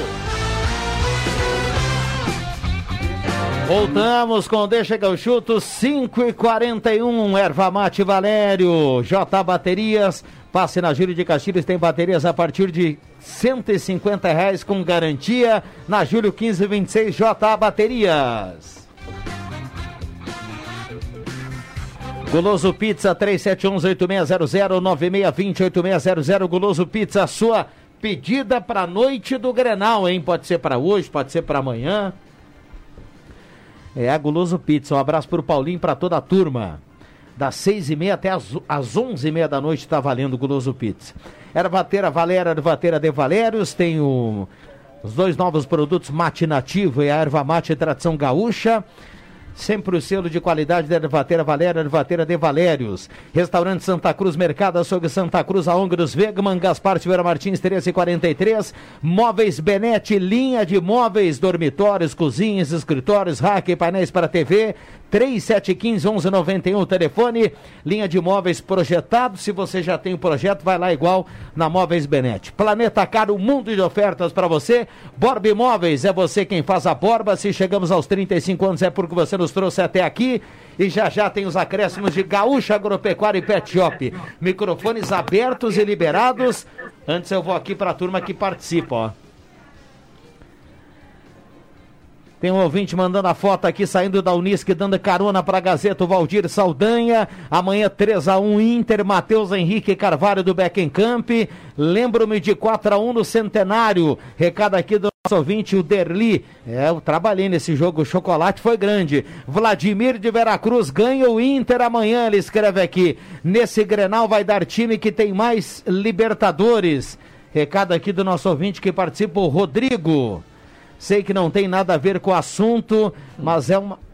[SPEAKER 4] Voltamos com Deixa que eu chuto, cinco e quarenta e um, Erva Mate Valério, J Baterias, passe na Júlio de Castilhos, tem baterias a partir de cento e cinquenta reais com garantia, na Júlio quinze vinte e seis, J Baterias. Goloso Pizza, três sete um, oito seis zero zero, nove seis dois zero, oito seis zero zero, Goloso Pizza, sua pedida para a noite do Grenal, hein? Pode ser para hoje, pode ser para amanhã. É a Guloso Pizza, um abraço pro Paulinho, para toda a turma. Das seis e meia até as, as onze e meia da noite tá valendo o Guloso Pizza. Ervateira Valéria, Ervateira de Valérios, tem o, os dois novos produtos Mate Nativo e a Erva Mate Tradição Gaúcha. Sempre o selo de qualidade da Ervateira Valéria, Ervateira de Valérios. Restaurante Santa Cruz, Mercado Açougue Santa Cruz, a Ongros Wegman, Gaspar Silveira Martins, treze e quarenta e três. Móveis Benete, linha de móveis, dormitórios, cozinhas, escritórios, rack, painéis para T V. três sete um cinco, onze noventa e um, o telefone. Linha de móveis projetado. Se você já tem o projeto, vai lá igual na Móveis Benete. Planeta Caro, um mundo de ofertas para você. Borba Imóveis, é você quem faz a borba. Se chegamos aos trinta e cinco anos, é porque você nos trouxe até aqui. E já já tem os acréscimos de Gaúcha Agropecuária e Pet Shop. Microfones abertos e liberados. Antes eu vou aqui para a turma que participa, ó. Tem um ouvinte mandando a foto aqui, saindo da Unisc, dando carona para a Gazeta, o Valdir Saldanha. Amanhã três a um Inter, Matheus Henrique Carvalho do Beckencamp. Lembro-me de quatro a um no Centenário. Recado aqui do nosso ouvinte, o Derli. É, eu trabalhei nesse jogo, o chocolate foi grande. Vladimir de Veracruz ganha o Inter amanhã, ele escreve aqui. Nesse Grenal vai dar time que tem mais Libertadores. Recado aqui do nosso ouvinte que participa, o Rodrigo. Sei que não tem nada a ver com o assunto, mas é uma...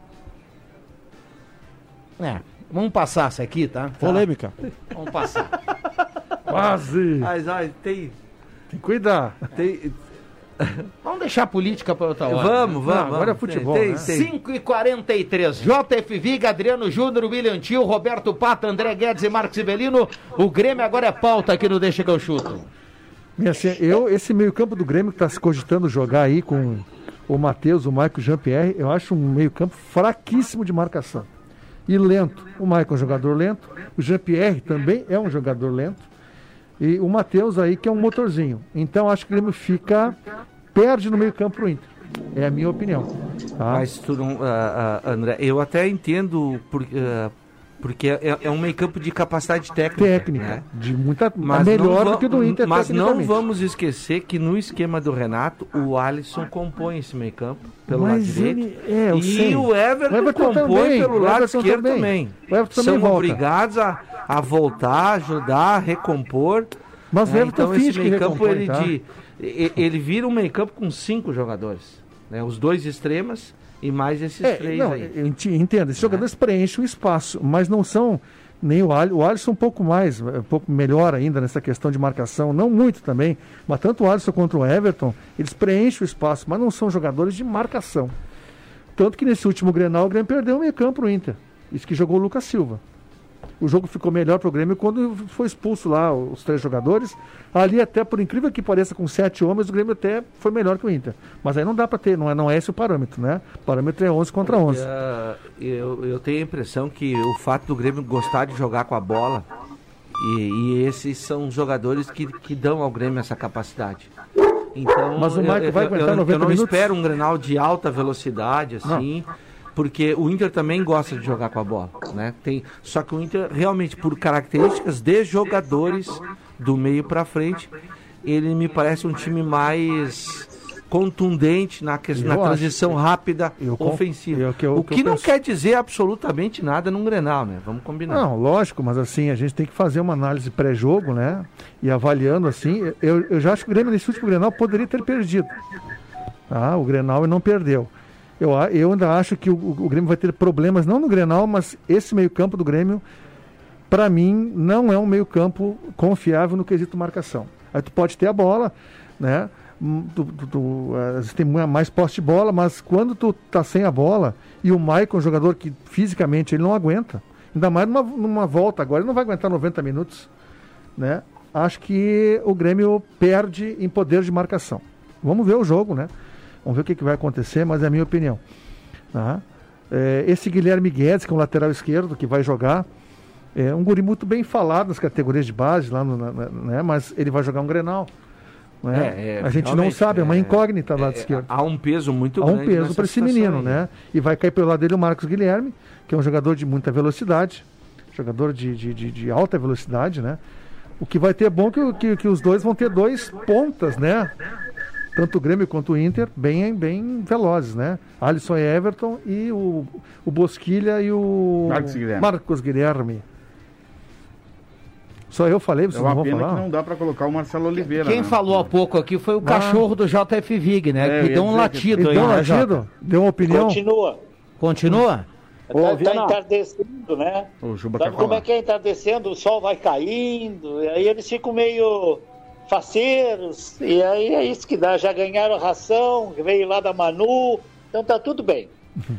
[SPEAKER 4] É, vamos passar isso aqui, tá?
[SPEAKER 13] Polêmica.
[SPEAKER 4] Tá. Vamos passar.
[SPEAKER 12] Quase.
[SPEAKER 9] Mas, ai, tem...
[SPEAKER 12] Tem que cuidar.
[SPEAKER 9] Tem...
[SPEAKER 4] Vamos deixar a política para outra hora.
[SPEAKER 9] Vamos,
[SPEAKER 4] né?
[SPEAKER 9] vamos.
[SPEAKER 12] Não, agora é futebol,
[SPEAKER 9] tem,
[SPEAKER 12] né?
[SPEAKER 9] tem.
[SPEAKER 4] cinco e quarenta e três, J F Vig, Adriano Júnior, William Tio, Roberto Pata, André Guedes e Marcos Ivelino. O Grêmio agora é pauta aqui no Deixa que eu chuto.
[SPEAKER 12] E assim, eu, esse meio-campo do Grêmio que está se cogitando jogar aí com o Matheus, o Maicon e o Jean-Pierre, eu acho um meio-campo fraquíssimo de marcação. E lento. O Maicon é um jogador lento, o Jean-Pierre também é um jogador lento, e o Matheus aí que é um motorzinho. Então acho que o Grêmio fica, perde no meio-campo pro Inter. É a minha opinião. Tá?
[SPEAKER 9] Mas tu não, uh, uh, André, eu até entendo por, uh, porque é, é um meio-campo de capacidade técnica.
[SPEAKER 12] Técnica,
[SPEAKER 9] né?
[SPEAKER 12] de muita
[SPEAKER 9] mas
[SPEAKER 12] melhor
[SPEAKER 9] não
[SPEAKER 12] do que o do Inter.
[SPEAKER 9] Mas não vamos esquecer que no esquema do Renato, o Alisson compõe esse meio-campo pelo
[SPEAKER 12] mas
[SPEAKER 9] lado direito.
[SPEAKER 12] Ele, é, eu
[SPEAKER 9] e
[SPEAKER 12] sei.
[SPEAKER 9] o Everton,
[SPEAKER 12] o Everton
[SPEAKER 9] compõe
[SPEAKER 12] também,
[SPEAKER 9] pelo
[SPEAKER 12] o
[SPEAKER 9] lado
[SPEAKER 12] Everton
[SPEAKER 9] esquerdo
[SPEAKER 12] também.
[SPEAKER 9] também.
[SPEAKER 12] O Everton
[SPEAKER 9] São
[SPEAKER 12] também volta.
[SPEAKER 9] obrigados a, a voltar, ajudar, a recompor.
[SPEAKER 12] Mas o
[SPEAKER 9] é,
[SPEAKER 12] Everton
[SPEAKER 9] então
[SPEAKER 12] finge
[SPEAKER 9] esse
[SPEAKER 12] que
[SPEAKER 9] meio-campo
[SPEAKER 12] recompõe,
[SPEAKER 9] ele,
[SPEAKER 12] tá?
[SPEAKER 9] de, ele vira um meio-campo com cinco jogadores. Né? Os dois extremas e mais esses
[SPEAKER 12] é,
[SPEAKER 9] três
[SPEAKER 12] não,
[SPEAKER 9] aí.
[SPEAKER 12] Eu entendo, esses é. jogadores preenchem o espaço, mas não são nem o Alisson. O Alisson um pouco mais, um pouco melhor ainda nessa questão de marcação, não muito também, mas tanto o Alisson quanto o Everton, eles preenchem o espaço, mas não são jogadores de marcação. Tanto que nesse último Grenal, o Grêmio perdeu o meio campo pro Inter. Isso que jogou o Lucas Silva. O jogo ficou melhor pro Grêmio quando foi expulso lá os três jogadores. Ali até, por incrível que pareça, com sete homens, o Grêmio até foi melhor que o Inter. Mas aí não dá para ter, não é, não é esse o parâmetro, né? O parâmetro é onze contra onze.
[SPEAKER 9] Uh, eu, eu tenho a impressão que o fato do Grêmio gostar de jogar com a bola, e, e esses são os jogadores que, que dão ao Grêmio essa capacidade. Então,
[SPEAKER 12] mas o Maicon
[SPEAKER 9] eu,
[SPEAKER 12] vai
[SPEAKER 9] eu,
[SPEAKER 12] aguentar
[SPEAKER 9] eu,
[SPEAKER 12] noventa
[SPEAKER 9] eu não
[SPEAKER 12] minutos?
[SPEAKER 9] espero um Grenal de alta velocidade, assim... Não. Porque o Inter também gosta de jogar com a bola, né? Tem, só que o Inter, realmente, por características de jogadores do meio para frente, ele me parece um time mais contundente na, que, na transição acho, rápida eu, ofensiva. Eu, eu, o que, que não penso... quer dizer absolutamente nada num Grenal, né? Vamos combinar.
[SPEAKER 12] Não, lógico, mas assim, a gente tem que fazer uma análise pré-jogo, né? E avaliando assim, eu, eu já acho que o Grêmio nesse último Grenal poderia ter perdido. Tá? O Grenal e não perdeu. Eu, eu ainda acho que o, o Grêmio vai ter problemas, não no Grenal, mas esse meio-campo do Grêmio, para mim, não é um meio-campo confiável no quesito marcação. Aí tu pode ter a bola, né? Tu, tu, tu, tem mais posse de bola, mas quando tu tá sem a bola e o Maicon, um jogador que fisicamente ele não aguenta, ainda mais numa, numa volta agora, ele não vai aguentar noventa minutos, né? Acho que o Grêmio perde em poder de marcação. Vamos ver o jogo, né? Vamos ver o que, que vai acontecer, mas é a minha opinião. Tá? É, esse Guilherme Guedes, que é um lateral esquerdo, que vai jogar, é um guri muito bem falado nas categorias de base, lá no, na, né? Mas ele vai jogar um Grenal. Né? É, é, a gente não sabe, é uma incógnita do lado é, esquerdo.
[SPEAKER 9] Há um peso muito
[SPEAKER 12] há
[SPEAKER 9] grande.
[SPEAKER 12] Há um peso para esse menino, aí. Né? E vai cair pelo lado dele o Marcos Guilherme, que é um jogador de muita velocidade, jogador de, de, de, de alta velocidade, né? O que vai ter bom que, que, que os dois vão ter dois pontas, né? Tanto o Grêmio quanto o Inter, bem, bem velozes, né? Alisson e Everton e o, o Bosquilha e o
[SPEAKER 10] Marcos Guilherme.
[SPEAKER 12] Marcos Guilherme. Só eu falei, vocês
[SPEAKER 10] é uma
[SPEAKER 12] não vão
[SPEAKER 10] pena
[SPEAKER 12] falar?
[SPEAKER 10] Que não dá para colocar o Marcelo Oliveira.
[SPEAKER 4] Quem
[SPEAKER 10] né?
[SPEAKER 4] falou há pouco aqui foi o ah. cachorro do J F Vig, né?
[SPEAKER 10] É,
[SPEAKER 4] que deu um latido
[SPEAKER 12] que...
[SPEAKER 4] aí.
[SPEAKER 12] Deu um
[SPEAKER 4] né,
[SPEAKER 12] latido? Deu uma opinião?
[SPEAKER 7] Continua.
[SPEAKER 4] Continua?
[SPEAKER 7] Está tá entardecendo, né?
[SPEAKER 10] O Juba
[SPEAKER 7] Sabe como é que é entardecendo? O sol vai caindo, e aí eles ficam meio faceiros, e aí é isso que dá. Já ganharam a ração, veio lá da Manu, então tá tudo bem.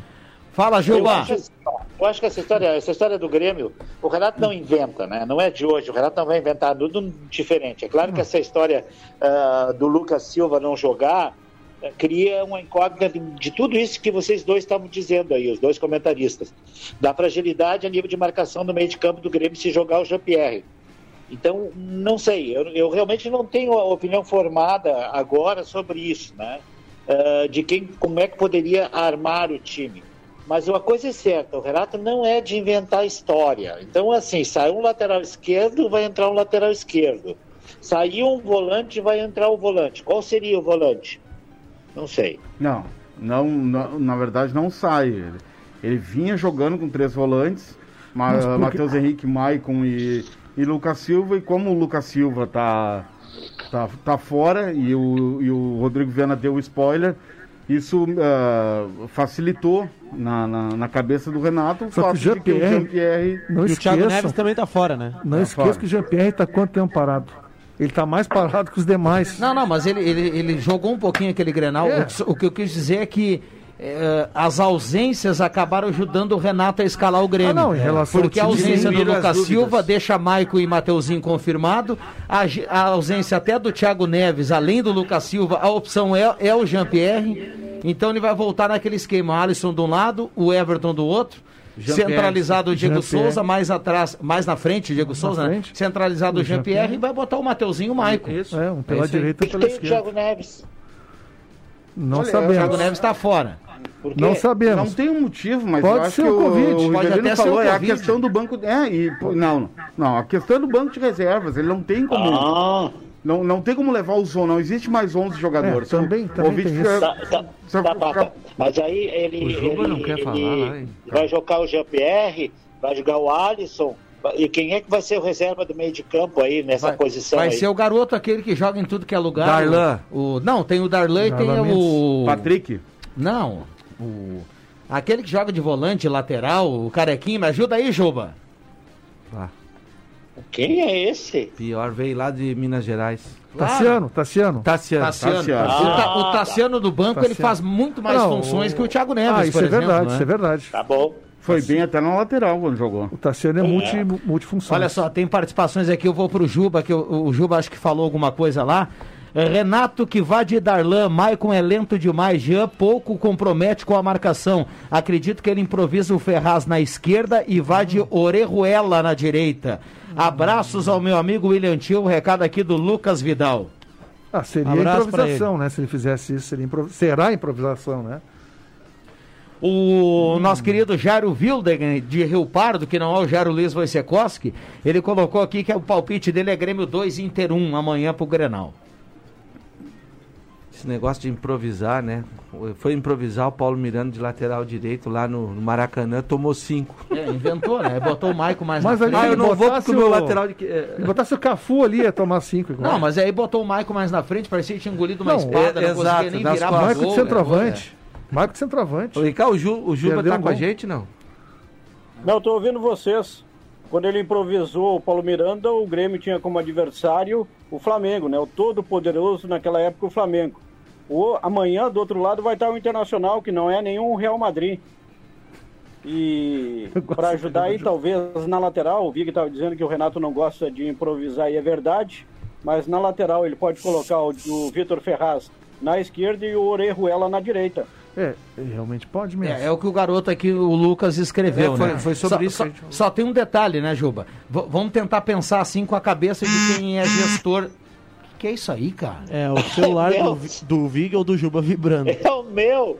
[SPEAKER 4] Fala, Juba.
[SPEAKER 7] Eu acho, eu acho que essa história, essa história do Grêmio, o Renato não inventa, né? Não é de hoje, o Renato não vai inventar tudo diferente. É claro que essa história uh, do Lucas Silva não jogar uh, cria uma incógnita de, de tudo isso que vocês dois estavam dizendo aí, os dois comentaristas. Da fragilidade a nível de marcação no meio de campo do Grêmio se jogar o Jean-Pierre. Então, não sei, eu, eu realmente não tenho a opinião formada agora sobre isso, né? Uh, de quem, como é que poderia armar o time. Mas uma coisa é certa, o Renato não é de inventar história. Então, assim, saiu um lateral esquerdo, vai entrar um lateral esquerdo. Saiu um volante, vai entrar o volante. Qual seria o volante? Não sei.
[SPEAKER 10] Não, não, não na verdade não sai. Ele, ele vinha jogando com três volantes, Ma- porque... Matheus Henrique, Maicon e... E Lucas Silva, e como o Lucas Silva tá, tá, tá fora e o, e o Rodrigo Viana deu o spoiler, isso uh, facilitou na, na, na cabeça do Renato o fato de que o Jean-Pierre...
[SPEAKER 13] E o Thiago Neves também tá fora, né?
[SPEAKER 12] Não
[SPEAKER 10] tá
[SPEAKER 12] esqueça que o Jean-Pierre tá quanto tempo parado? Ele tá mais parado que os demais.
[SPEAKER 4] Não, não, mas ele, ele, ele jogou um pouquinho aquele Grenal. É. O, o que eu quis dizer é que É, as ausências acabaram ajudando o Renato a escalar o Grêmio. Ah, não, em relação porque a ausência do Lucas Silva deixa Maicon e Mateuzinho confirmado. A, a ausência até do Thiago Neves, além do Lucas Silva, a opção é, é o Jean-Pierre. Então ele vai voltar naquele esquema: Alisson de um lado, o Everton do outro. Centralizado o Diego Souza, mais atrás, mais na frente, Diego Souza, né? Centralizado o Jean-Pierre e vai botar o Mateuzinho e o Maicon.
[SPEAKER 12] Isso. É, um pela é direita e pela esquerda.
[SPEAKER 7] O Thiago Neves.
[SPEAKER 12] Não
[SPEAKER 4] Olha,
[SPEAKER 12] sabemos.
[SPEAKER 4] O Thiago Neves está fora.
[SPEAKER 10] Porque
[SPEAKER 12] não sabemos.
[SPEAKER 10] Não tem um motivo, mas
[SPEAKER 12] pode
[SPEAKER 10] eu acho
[SPEAKER 12] ser
[SPEAKER 10] que
[SPEAKER 12] o Covid.
[SPEAKER 10] O, o
[SPEAKER 4] pode até
[SPEAKER 10] falou,
[SPEAKER 4] ser o
[SPEAKER 10] é
[SPEAKER 4] COVID.
[SPEAKER 10] a questão do banco... É, e, não, não, a questão do banco de reservas, ele não tem como...
[SPEAKER 7] Ah.
[SPEAKER 10] Não, não tem como levar os onze, não existe mais onze jogadores.
[SPEAKER 12] É, também, também tem
[SPEAKER 10] fica,
[SPEAKER 7] isso. Tá, tá, tá, tá, tá. Mas aí ele,
[SPEAKER 9] o Juba
[SPEAKER 7] ele,
[SPEAKER 9] não quer
[SPEAKER 7] ele
[SPEAKER 9] falar, vai.
[SPEAKER 7] vai jogar o Jean-Pierre, vai jogar o Alisson. E quem é que vai ser o reserva do meio de campo aí, nessa
[SPEAKER 4] vai,
[SPEAKER 7] posição
[SPEAKER 4] vai
[SPEAKER 7] aí?
[SPEAKER 4] ser o garoto aquele que joga em tudo que é lugar.
[SPEAKER 9] Darlan.
[SPEAKER 4] O, o, não, tem o Darlan e tem
[SPEAKER 12] Mendes.
[SPEAKER 4] o...
[SPEAKER 10] Patrick?
[SPEAKER 4] Não, o... Aquele que joga de volante, lateral, o carequinho. Me ajuda aí, Juba.
[SPEAKER 9] Ah.
[SPEAKER 7] Quem é esse?
[SPEAKER 9] Pior, veio lá de Minas Gerais.
[SPEAKER 12] Tassiano, Tassiano.
[SPEAKER 9] Tassiano.
[SPEAKER 4] Tassiano.
[SPEAKER 10] Tassiano.
[SPEAKER 4] Ah, o, Ta, o Tassiano do banco,
[SPEAKER 12] Tassiano.
[SPEAKER 4] ele faz muito mais
[SPEAKER 12] Não,
[SPEAKER 4] funções
[SPEAKER 12] o...
[SPEAKER 4] que o Thiago Neves,
[SPEAKER 12] ah, isso
[SPEAKER 4] por
[SPEAKER 12] é
[SPEAKER 4] exemplo.
[SPEAKER 12] verdade,
[SPEAKER 4] né?
[SPEAKER 12] isso é verdade.
[SPEAKER 7] Tá bom.
[SPEAKER 10] Foi assim. Bem até na lateral quando jogou.
[SPEAKER 12] O Tassiano é, multi, multifunção.
[SPEAKER 4] Olha só, tem participações aqui, eu vou pro Juba, que o, o Juba acho que falou alguma coisa lá. Renato que vai de Darlan, Maicon é lento demais, Jean pouco compromete com a marcação. Acredito que ele improvisa o Ferraz na esquerda e vai de Orejuela na direita. Abraços ao meu amigo William Tio, recado aqui do Lucas Vidal.
[SPEAKER 12] Ah, seria Abraço improvisação, né? Se ele fizesse isso, seria improv... será improvisação, né?
[SPEAKER 4] O hum. nosso querido Jairo Wilden, de Rio Pardo, que não é o Jairo Luiz Wojciechowski, ele colocou aqui que o palpite dele é Grêmio dois, Inter um, amanhã pro Grenal.
[SPEAKER 9] Esse negócio de improvisar, né? Foi improvisar o Paulo Miranda de lateral direito lá no, no Maracanã, tomou cinco.
[SPEAKER 4] É, inventou, né? Botou o Maicon mais
[SPEAKER 12] mas
[SPEAKER 4] na frente.
[SPEAKER 12] Ah, eu não vou
[SPEAKER 9] com o meu lateral de...
[SPEAKER 12] Se botasse o Cafu ali, ia tomar cinco. Igual.
[SPEAKER 4] Não, mas aí botou o Maicon mais na frente, parecia que tinha engolido uma
[SPEAKER 12] não,
[SPEAKER 4] espada,
[SPEAKER 12] é,
[SPEAKER 4] não conseguia
[SPEAKER 12] exato,
[SPEAKER 4] nem
[SPEAKER 12] virar
[SPEAKER 4] pra
[SPEAKER 12] Maicon
[SPEAKER 4] gol.
[SPEAKER 12] de centroavante. É. Maicon de centroavante.
[SPEAKER 9] Ô, Ricardo, o, Ju, o Juba
[SPEAKER 12] Perdeu
[SPEAKER 9] tá
[SPEAKER 12] um
[SPEAKER 9] com a
[SPEAKER 12] gol.
[SPEAKER 9] gente, não?
[SPEAKER 16] Não, eu tô ouvindo vocês. Quando ele improvisou o Paulo Miranda, o Grêmio tinha como adversário o Flamengo, né? O todo poderoso naquela época, o Flamengo. O, amanhã, do outro lado, vai estar o Internacional, que não é nenhum Real Madrid. E para ajudar aí, talvez, na lateral, o Vig estava dizendo que o Renato não gosta de improvisar, e é verdade, mas na lateral ele pode colocar o, o Vitor Ferraz na esquerda e o Orejuela na direita.
[SPEAKER 12] É, realmente pode mesmo.
[SPEAKER 4] É, é o que o garoto aqui, o Lucas, escreveu,
[SPEAKER 9] é, foi,
[SPEAKER 4] né?
[SPEAKER 9] Foi sobre
[SPEAKER 4] só,
[SPEAKER 9] isso.
[SPEAKER 4] Só,
[SPEAKER 9] gente...
[SPEAKER 4] só tem um detalhe, né, Juba? V- vamos tentar pensar assim com a cabeça de quem é gestor... Que é isso aí, cara?
[SPEAKER 13] É, o celular do, do Vig ou do Juba vibrando.
[SPEAKER 7] É o meu.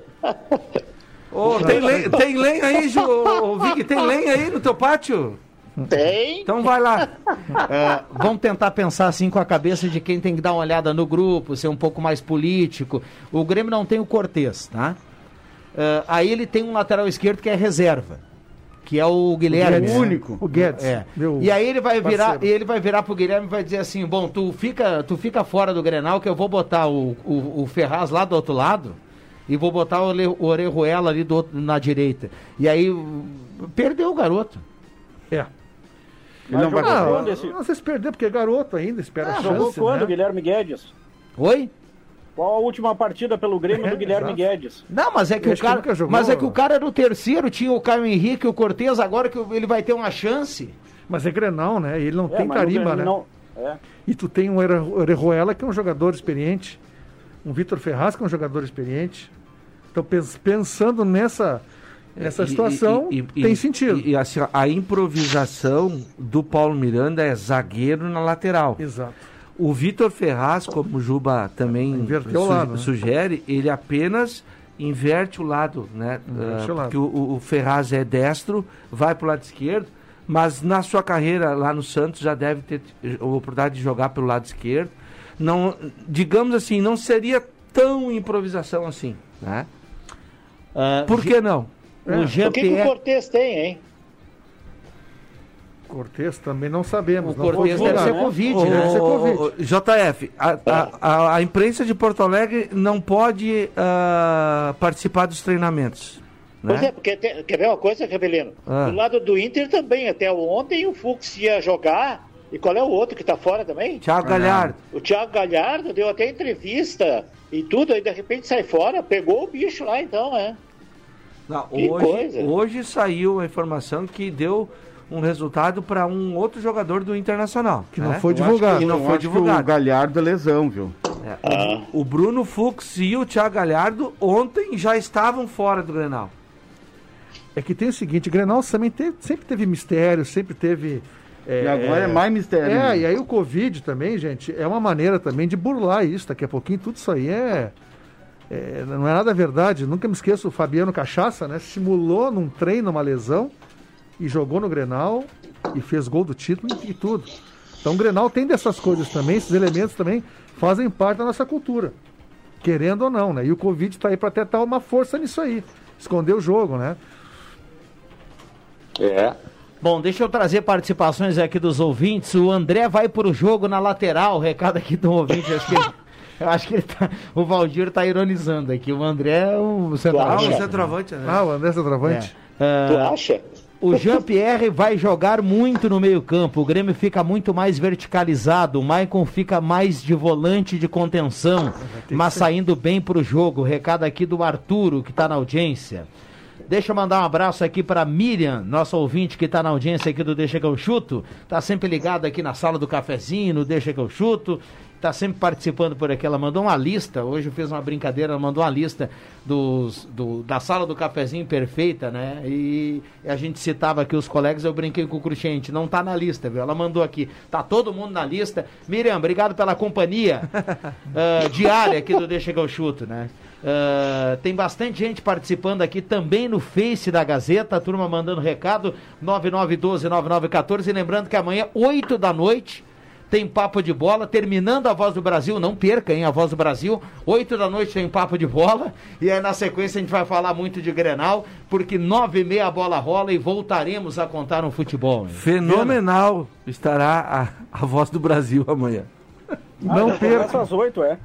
[SPEAKER 9] Ô, tem, lenha, tem lenha aí, Ju, ô, Vig? Tem lenha aí no teu pátio?
[SPEAKER 7] Tem.
[SPEAKER 9] Então vai lá.
[SPEAKER 4] É, vamos tentar pensar assim com a cabeça de quem tem que dar uma olhada no grupo, ser um pouco mais político. O Grêmio não tem o Cortez, tá? É, aí ele tem um lateral esquerdo que é reserva, que é o Guilherme.
[SPEAKER 12] O único. O Guedes.
[SPEAKER 4] É. E aí ele vai virar, ele vai virar pro Guilherme e vai dizer assim, bom, tu fica, tu fica fora do Grenal que eu vou botar o, o, o Ferraz lá do outro lado e vou botar o, Le, o Orejuela ali do outro, na direita. E aí perdeu o garoto.
[SPEAKER 12] É.
[SPEAKER 16] Mas
[SPEAKER 12] não vai
[SPEAKER 16] não,
[SPEAKER 12] esse... não sei se perder, porque é garoto ainda, espera
[SPEAKER 16] ah,
[SPEAKER 12] a chance,
[SPEAKER 16] jogou quando,
[SPEAKER 12] né?
[SPEAKER 16] Guilherme Guedes?
[SPEAKER 4] Oi?
[SPEAKER 16] Qual a última partida pelo Grêmio
[SPEAKER 12] É,
[SPEAKER 16] do Guilherme
[SPEAKER 12] exato.
[SPEAKER 16] Guedes?
[SPEAKER 4] Não, mas é que
[SPEAKER 12] Eu
[SPEAKER 4] o
[SPEAKER 12] acho que
[SPEAKER 4] cara,
[SPEAKER 12] nunca jogou.
[SPEAKER 4] mas é que o cara era o terceiro, tinha o Caio Henrique, o Cortez, agora que ele vai ter uma chance.
[SPEAKER 12] Mas é Grenal, né? Ele não
[SPEAKER 16] É,
[SPEAKER 12] tem
[SPEAKER 16] mas
[SPEAKER 12] carimba,
[SPEAKER 16] não-
[SPEAKER 12] né?
[SPEAKER 16] não- é.
[SPEAKER 12] E tu tem um Ore- Orejuela, que é um jogador experiente, um Vitor Ferraz, que é um jogador experiente. Então, pens- pensando nessa, nessa
[SPEAKER 9] E-
[SPEAKER 12] situação,
[SPEAKER 9] e- e-
[SPEAKER 12] tem
[SPEAKER 9] e-
[SPEAKER 12] sentido.
[SPEAKER 9] E, e assim, ó, a improvisação do Paulo Miranda é zagueiro na lateral.
[SPEAKER 12] Exato.
[SPEAKER 9] O Vitor Ferraz, como o Juba também
[SPEAKER 12] Inverteu o
[SPEAKER 9] su-
[SPEAKER 12] lado, né?
[SPEAKER 9] sugere, ele apenas inverte o lado, né?
[SPEAKER 12] Inverte
[SPEAKER 9] Ah,
[SPEAKER 12] o lado.
[SPEAKER 9] porque o, o Ferraz é destro, vai para o lado esquerdo, mas na sua carreira lá no Santos já deve ter a oportunidade de jogar pelo lado esquerdo. Não, digamos assim, não seria tão improvisação assim, né?
[SPEAKER 4] Uh,
[SPEAKER 9] Por que não?
[SPEAKER 4] O
[SPEAKER 7] O que, que o Cortez tem, hein?
[SPEAKER 12] Cortez também não sabemos.
[SPEAKER 4] O
[SPEAKER 12] não
[SPEAKER 4] Cortez
[SPEAKER 12] foi
[SPEAKER 4] deve
[SPEAKER 12] divulgado,
[SPEAKER 4] ser
[SPEAKER 12] né?
[SPEAKER 4] Covid,
[SPEAKER 12] Deve
[SPEAKER 4] né?
[SPEAKER 12] ser Covid.
[SPEAKER 9] Ô, ô, J F, a, a, a, a imprensa de Porto Alegre não pode ah, participar dos treinamentos. Né?
[SPEAKER 7] Pois é, porque tem- quer ver uma coisa, Rebelino?
[SPEAKER 9] Ah.
[SPEAKER 7] Do lado do Inter também, até ontem o Fux ia jogar. E qual é o outro que tá fora também?
[SPEAKER 9] Thiago Galhardo.
[SPEAKER 7] O Thiago Galhardo deu até entrevista e tudo, aí de repente sai fora, pegou o bicho lá então, é.
[SPEAKER 9] Não,
[SPEAKER 7] Que
[SPEAKER 9] hoje,
[SPEAKER 7] coisa.
[SPEAKER 9] hoje saiu a informação que deu um resultado para um outro jogador do Internacional.
[SPEAKER 12] Que não
[SPEAKER 9] né?
[SPEAKER 12] foi
[SPEAKER 10] Eu acho
[SPEAKER 12] divulgado.
[SPEAKER 10] que-
[SPEAKER 9] Que não
[SPEAKER 10] eu
[SPEAKER 9] foi
[SPEAKER 10] acho que
[SPEAKER 9] divulgado.
[SPEAKER 10] o Galhardo é lesão, viu?
[SPEAKER 9] É,
[SPEAKER 7] Ah.
[SPEAKER 9] o, o Bruno Fux e o Thiago Galhardo ontem já estavam fora do Grenal.
[SPEAKER 12] É que tem o seguinte, o Grenal também teve- sempre teve mistério, sempre teve...
[SPEAKER 10] E agora é mais mistério.
[SPEAKER 12] É,
[SPEAKER 10] né?
[SPEAKER 12] e aí o Covid também, gente, é uma maneira também de burlar isso. Daqui a pouquinho tudo isso aí é... é, não é nada verdade. Nunca me esqueço o Fabiano Cachaça, né? Simulou num treino uma lesão e jogou no Grenal e fez gol do título e, e tudo. Então o Grenal tem dessas coisas também, esses elementos também fazem parte da nossa cultura. Querendo ou não, né? E o Covid tá aí para até dar uma força nisso aí. Esconder o jogo, né?
[SPEAKER 7] É.
[SPEAKER 4] Bom, deixa eu trazer participações aqui dos ouvintes. O André vai pro jogo na lateral. Recado aqui do ouvinte. Acho que ele, eu acho que ele tá, o Valdir tá ironizando aqui. O André é o
[SPEAKER 9] Ah,
[SPEAKER 4] centroavante.
[SPEAKER 9] o centroavante, né?
[SPEAKER 12] Ah, o André Centroavante.
[SPEAKER 4] É.
[SPEAKER 7] Tu
[SPEAKER 4] Ah,
[SPEAKER 7] acha?
[SPEAKER 4] o Jean-Pierre vai jogar muito no meio-campo. O Grêmio fica muito mais verticalizado. O Maicon fica mais de volante de contenção, mas saindo bem pro jogo. Recado aqui do Arturo, que tá na audiência. Deixa eu mandar um abraço aqui para Miriam, nossa ouvinte que está na audiência aqui do Deixa que eu chuto, tá sempre ligada aqui na sala do cafezinho, no Deixa que eu chuto, tá sempre participando por aqui. Ela mandou uma lista, hoje eu fiz uma brincadeira, ela mandou uma lista dos, do, da sala do cafezinho perfeita, né? E a gente citava aqui os colegas, eu brinquei com o Cruxente, não tá na lista, viu? Ela mandou aqui, tá todo mundo na lista. Miriam, obrigado pela companhia uh, diária aqui do Deixa que eu chuto, né? Uh, tem bastante gente participando aqui também no Face da Gazeta, a turma mandando recado, nove nove um dois nove nove um quatro, e lembrando que amanhã, oito da noite, tem Papo de Bola, terminando a Voz do Brasil, não perca, hein, a Voz do Brasil, oito da noite tem Papo de Bola, e aí na sequência a gente vai falar muito de Grenal, porque nove e meia a bola rola e voltaremos a contar um futebol. Hein?
[SPEAKER 9] Fenomenal estará a, a Voz do Brasil amanhã.
[SPEAKER 16] Não ah, perca. Começa às oito, é?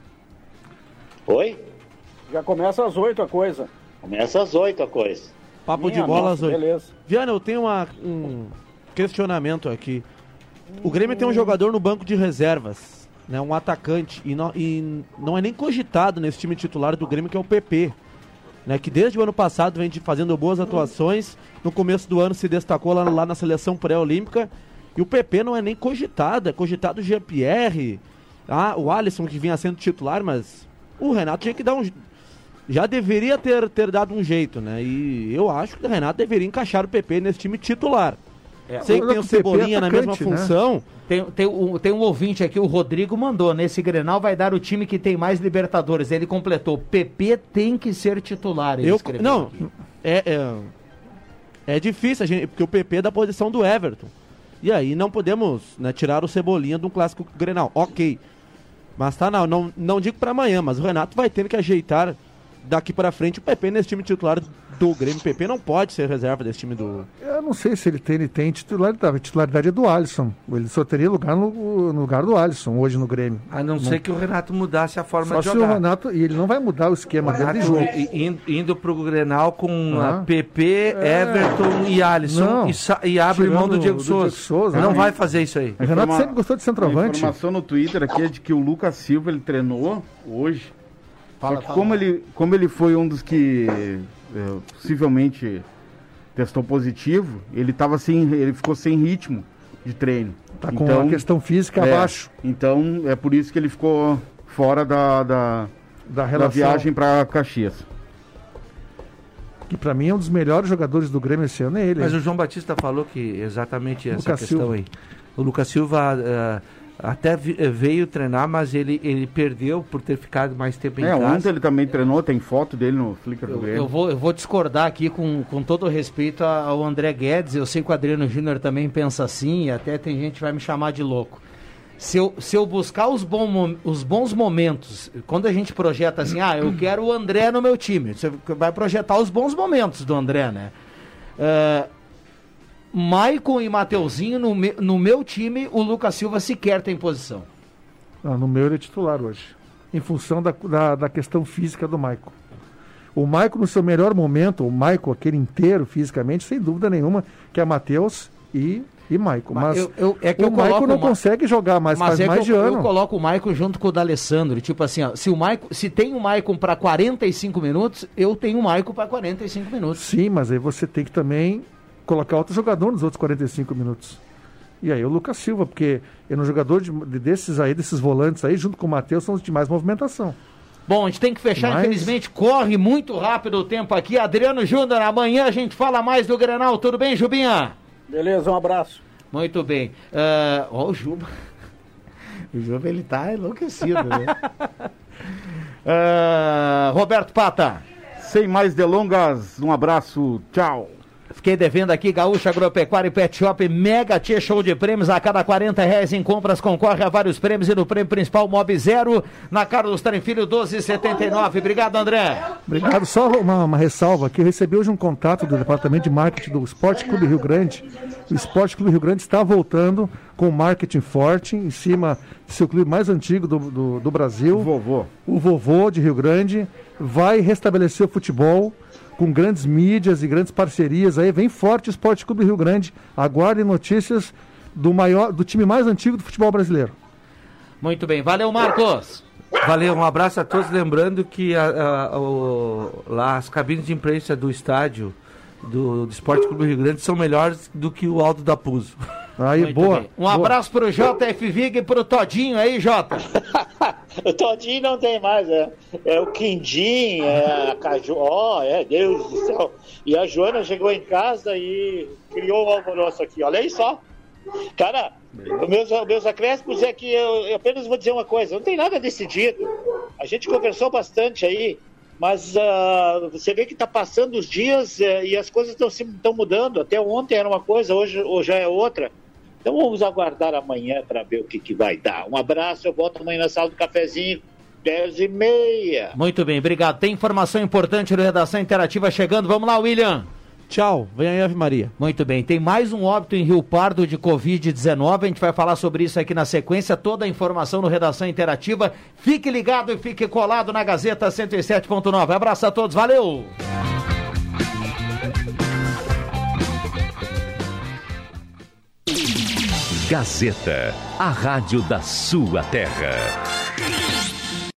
[SPEAKER 7] Oi?
[SPEAKER 16] Já começa às oito a coisa.
[SPEAKER 7] Começa às oito a coisa.
[SPEAKER 13] Papo Minha de Bola às oito. Beleza. Viana, eu tenho uma, um questionamento aqui. O Grêmio tem um jogador no banco de reservas, né, um atacante, e não, e não é nem cogitado nesse time titular do Grêmio, que é o P P, né, que desde o ano passado vem de, fazendo boas atuações, no começo do ano se destacou lá, lá na seleção pré-olímpica, e o P P não é nem cogitado, é cogitado o Jean-Pierre, ah, o Alisson que vinha sendo titular, mas o Renato tinha que dar um... já deveria ter, ter dado um jeito, né, e eu acho que o Renato deveria encaixar o P P nesse time titular. É, Sei que tem o Cebolinha na mesma função.
[SPEAKER 4] Né? Tem, tem, um, tem um ouvinte aqui, o Rodrigo mandou, nesse Grenal vai dar o time que tem mais Libertadores. Ele completou, P P tem que ser titular.
[SPEAKER 13] Eu, não, é, é, é difícil, a gente, porque o P P é da posição do Everton. E aí não podemos, né, tirar o Cebolinha de um clássico Grenal. Ok, mas tá, não, não, não digo para amanhã, mas o Renato vai ter que ajeitar daqui para frente o P P nesse time titular do Grêmio. O P P não pode ser reserva desse time do...
[SPEAKER 12] Eu não sei se ele tem, ele tem titularidade. A titularidade é do Alisson. Ele só teria lugar no, no lugar do Alisson hoje no Grêmio.
[SPEAKER 9] A não, não ser que o Renato mudasse a forma
[SPEAKER 12] só
[SPEAKER 9] de
[SPEAKER 12] se
[SPEAKER 9] jogar.
[SPEAKER 12] O Renato, e ele não vai mudar o esquema dele de jogo.
[SPEAKER 9] Indo, indo pro Grenal com ah. P P, é. Everton e Alisson e, e abre mão do Diego Souza. Do Souza. Não, não vai fazer isso aí.
[SPEAKER 12] O Renato sempre gostou de centroavante.
[SPEAKER 10] A informação no Twitter aqui é de que o Lucas Silva ele treinou hoje. Fala, Só que fala. Como, ele, como ele foi um dos que é, possivelmente testou positivo, ele, tava sem, ele ficou sem ritmo de treino.
[SPEAKER 12] Tá com então, a questão física
[SPEAKER 10] é,
[SPEAKER 12] abaixo.
[SPEAKER 10] Então é por isso que ele ficou fora da, da, da, da viagem para Caxias.
[SPEAKER 12] Que para mim é um dos melhores jogadores do Grêmio esse ano, é ele.
[SPEAKER 9] Mas
[SPEAKER 12] hein?
[SPEAKER 9] o João Batista falou que exatamente essa
[SPEAKER 12] Lucas
[SPEAKER 9] questão
[SPEAKER 12] Silva.
[SPEAKER 9] aí. O Lucas Silva... Uh, até veio treinar, mas ele, ele perdeu por ter ficado mais tempo em
[SPEAKER 10] é,
[SPEAKER 9] casa.
[SPEAKER 10] Ontem ele também treinou, tem foto dele no Flickr do Grêmio.
[SPEAKER 4] Eu vou, eu vou discordar aqui com, com todo respeito ao André Guedes. Eu sei que o Adriano Júnior também pensa assim, e até tem gente que vai me chamar de louco. Se eu, se eu buscar os, bom, os bons momentos, quando a gente projeta assim, ah, eu quero o André no meu time, você vai projetar os bons momentos do André, né? Uh, Maicon e Mateuzinho, no, me, no meu time, o Lucas Silva sequer tem posição.
[SPEAKER 12] Ah, no meu ele é titular hoje, em função da, da, da questão física do Maicon. O Maicon no seu melhor momento, o Maicon aquele inteiro fisicamente, sem dúvida nenhuma, que é Matheus e, e Maicon. Mas
[SPEAKER 4] eu, eu, é que
[SPEAKER 12] o
[SPEAKER 4] eu
[SPEAKER 12] Maicon não
[SPEAKER 4] Ma...
[SPEAKER 12] consegue jogar mais,
[SPEAKER 4] mas
[SPEAKER 12] faz
[SPEAKER 4] é
[SPEAKER 12] mais
[SPEAKER 4] que eu,
[SPEAKER 12] de ano.
[SPEAKER 4] Eu coloco o Maicon junto com o D'Alessandro, tipo assim, ó, se, o Maicon, se tem o Maicon para quarenta e cinco minutos, eu tenho o Maicon para quarenta e cinco minutos.
[SPEAKER 12] Sim, mas aí você tem que também colocar outro jogador nos outros quarenta e cinco minutos. E aí o Lucas Silva, porque é um jogador de, desses aí, desses volantes aí, junto com o Matheus, são os de mais movimentação.
[SPEAKER 4] Bom, a gente tem que fechar, Mas... infelizmente, corre muito rápido o tempo aqui. Adriano Júnior, amanhã a gente fala mais do Grenal. Tudo bem, Jubinha?
[SPEAKER 16] Beleza, um abraço.
[SPEAKER 4] Muito bem. Uh, ó, o Juba. O Juba, ele tá enlouquecido, né? uh, Roberto Pata.
[SPEAKER 10] Sem mais delongas, um abraço, tchau.
[SPEAKER 4] Fiquei devendo aqui, Gaúcha Agropecuária e Pet Shop, mega tia show de prêmios, a cada quarenta reais em compras concorre a vários prêmios e no prêmio principal Mob Zero, na Carlos Trem Filho doze setenta e nove. Obrigado, André.
[SPEAKER 12] Obrigado, só uma, uma ressalva aqui, eu recebi hoje um contato do Departamento de Marketing do Esporte Clube Rio Grande. O Esporte Clube Rio Grande está voltando com marketing forte em cima do seu clube mais antigo do, do, do Brasil.
[SPEAKER 10] O Vovô.
[SPEAKER 12] O Vovô de Rio Grande vai restabelecer o futebol com grandes mídias e grandes parcerias. Aí vem forte o Esporte Clube Rio Grande. Aguardem notícias do, maior, do time mais antigo do futebol brasileiro.
[SPEAKER 4] Muito bem, valeu, Marcos.
[SPEAKER 9] Valeu, um abraço a todos. Lembrando que a, a, o, lá as cabines de imprensa do estádio do, do Esporte Clube Rio Grande são melhores do que o Alto da Puso.
[SPEAKER 12] Aí,
[SPEAKER 4] Muito
[SPEAKER 12] boa.
[SPEAKER 4] bem. Um abraço pro J F Vig e pro Todinho aí, Jota.
[SPEAKER 7] O Todinho não tem mais, é, é o Quindim, é a Caju, ó, oh, é, Deus do céu. E a Joana chegou em casa e criou um alvoroço aqui, olha aí só. Cara, os meus, meus acréscimos é que eu, eu apenas vou dizer uma coisa, não tem nada decidido. A gente conversou bastante aí, mas uh, você vê que está passando os dias uh, e as coisas estão mudando. Até ontem era uma coisa, hoje, hoje já é outra. Então vamos aguardar amanhã para ver o que, que vai dar. Um abraço, eu volto amanhã na sala do cafezinho, dez e meia.
[SPEAKER 4] Muito bem, obrigado. Tem informação importante no Redação Interativa chegando. Vamos lá, William.
[SPEAKER 13] Tchau, vem aí, Ave Maria.
[SPEAKER 4] Muito bem, tem mais um óbito em Rio Pardo de covid dezenove, a gente vai falar sobre isso aqui na sequência, toda a informação no Redação Interativa. Fique ligado e fique colado na Gazeta cento e sete ponto nove. Abraço a todos, valeu!
[SPEAKER 1] Gazeta, a rádio da sua terra.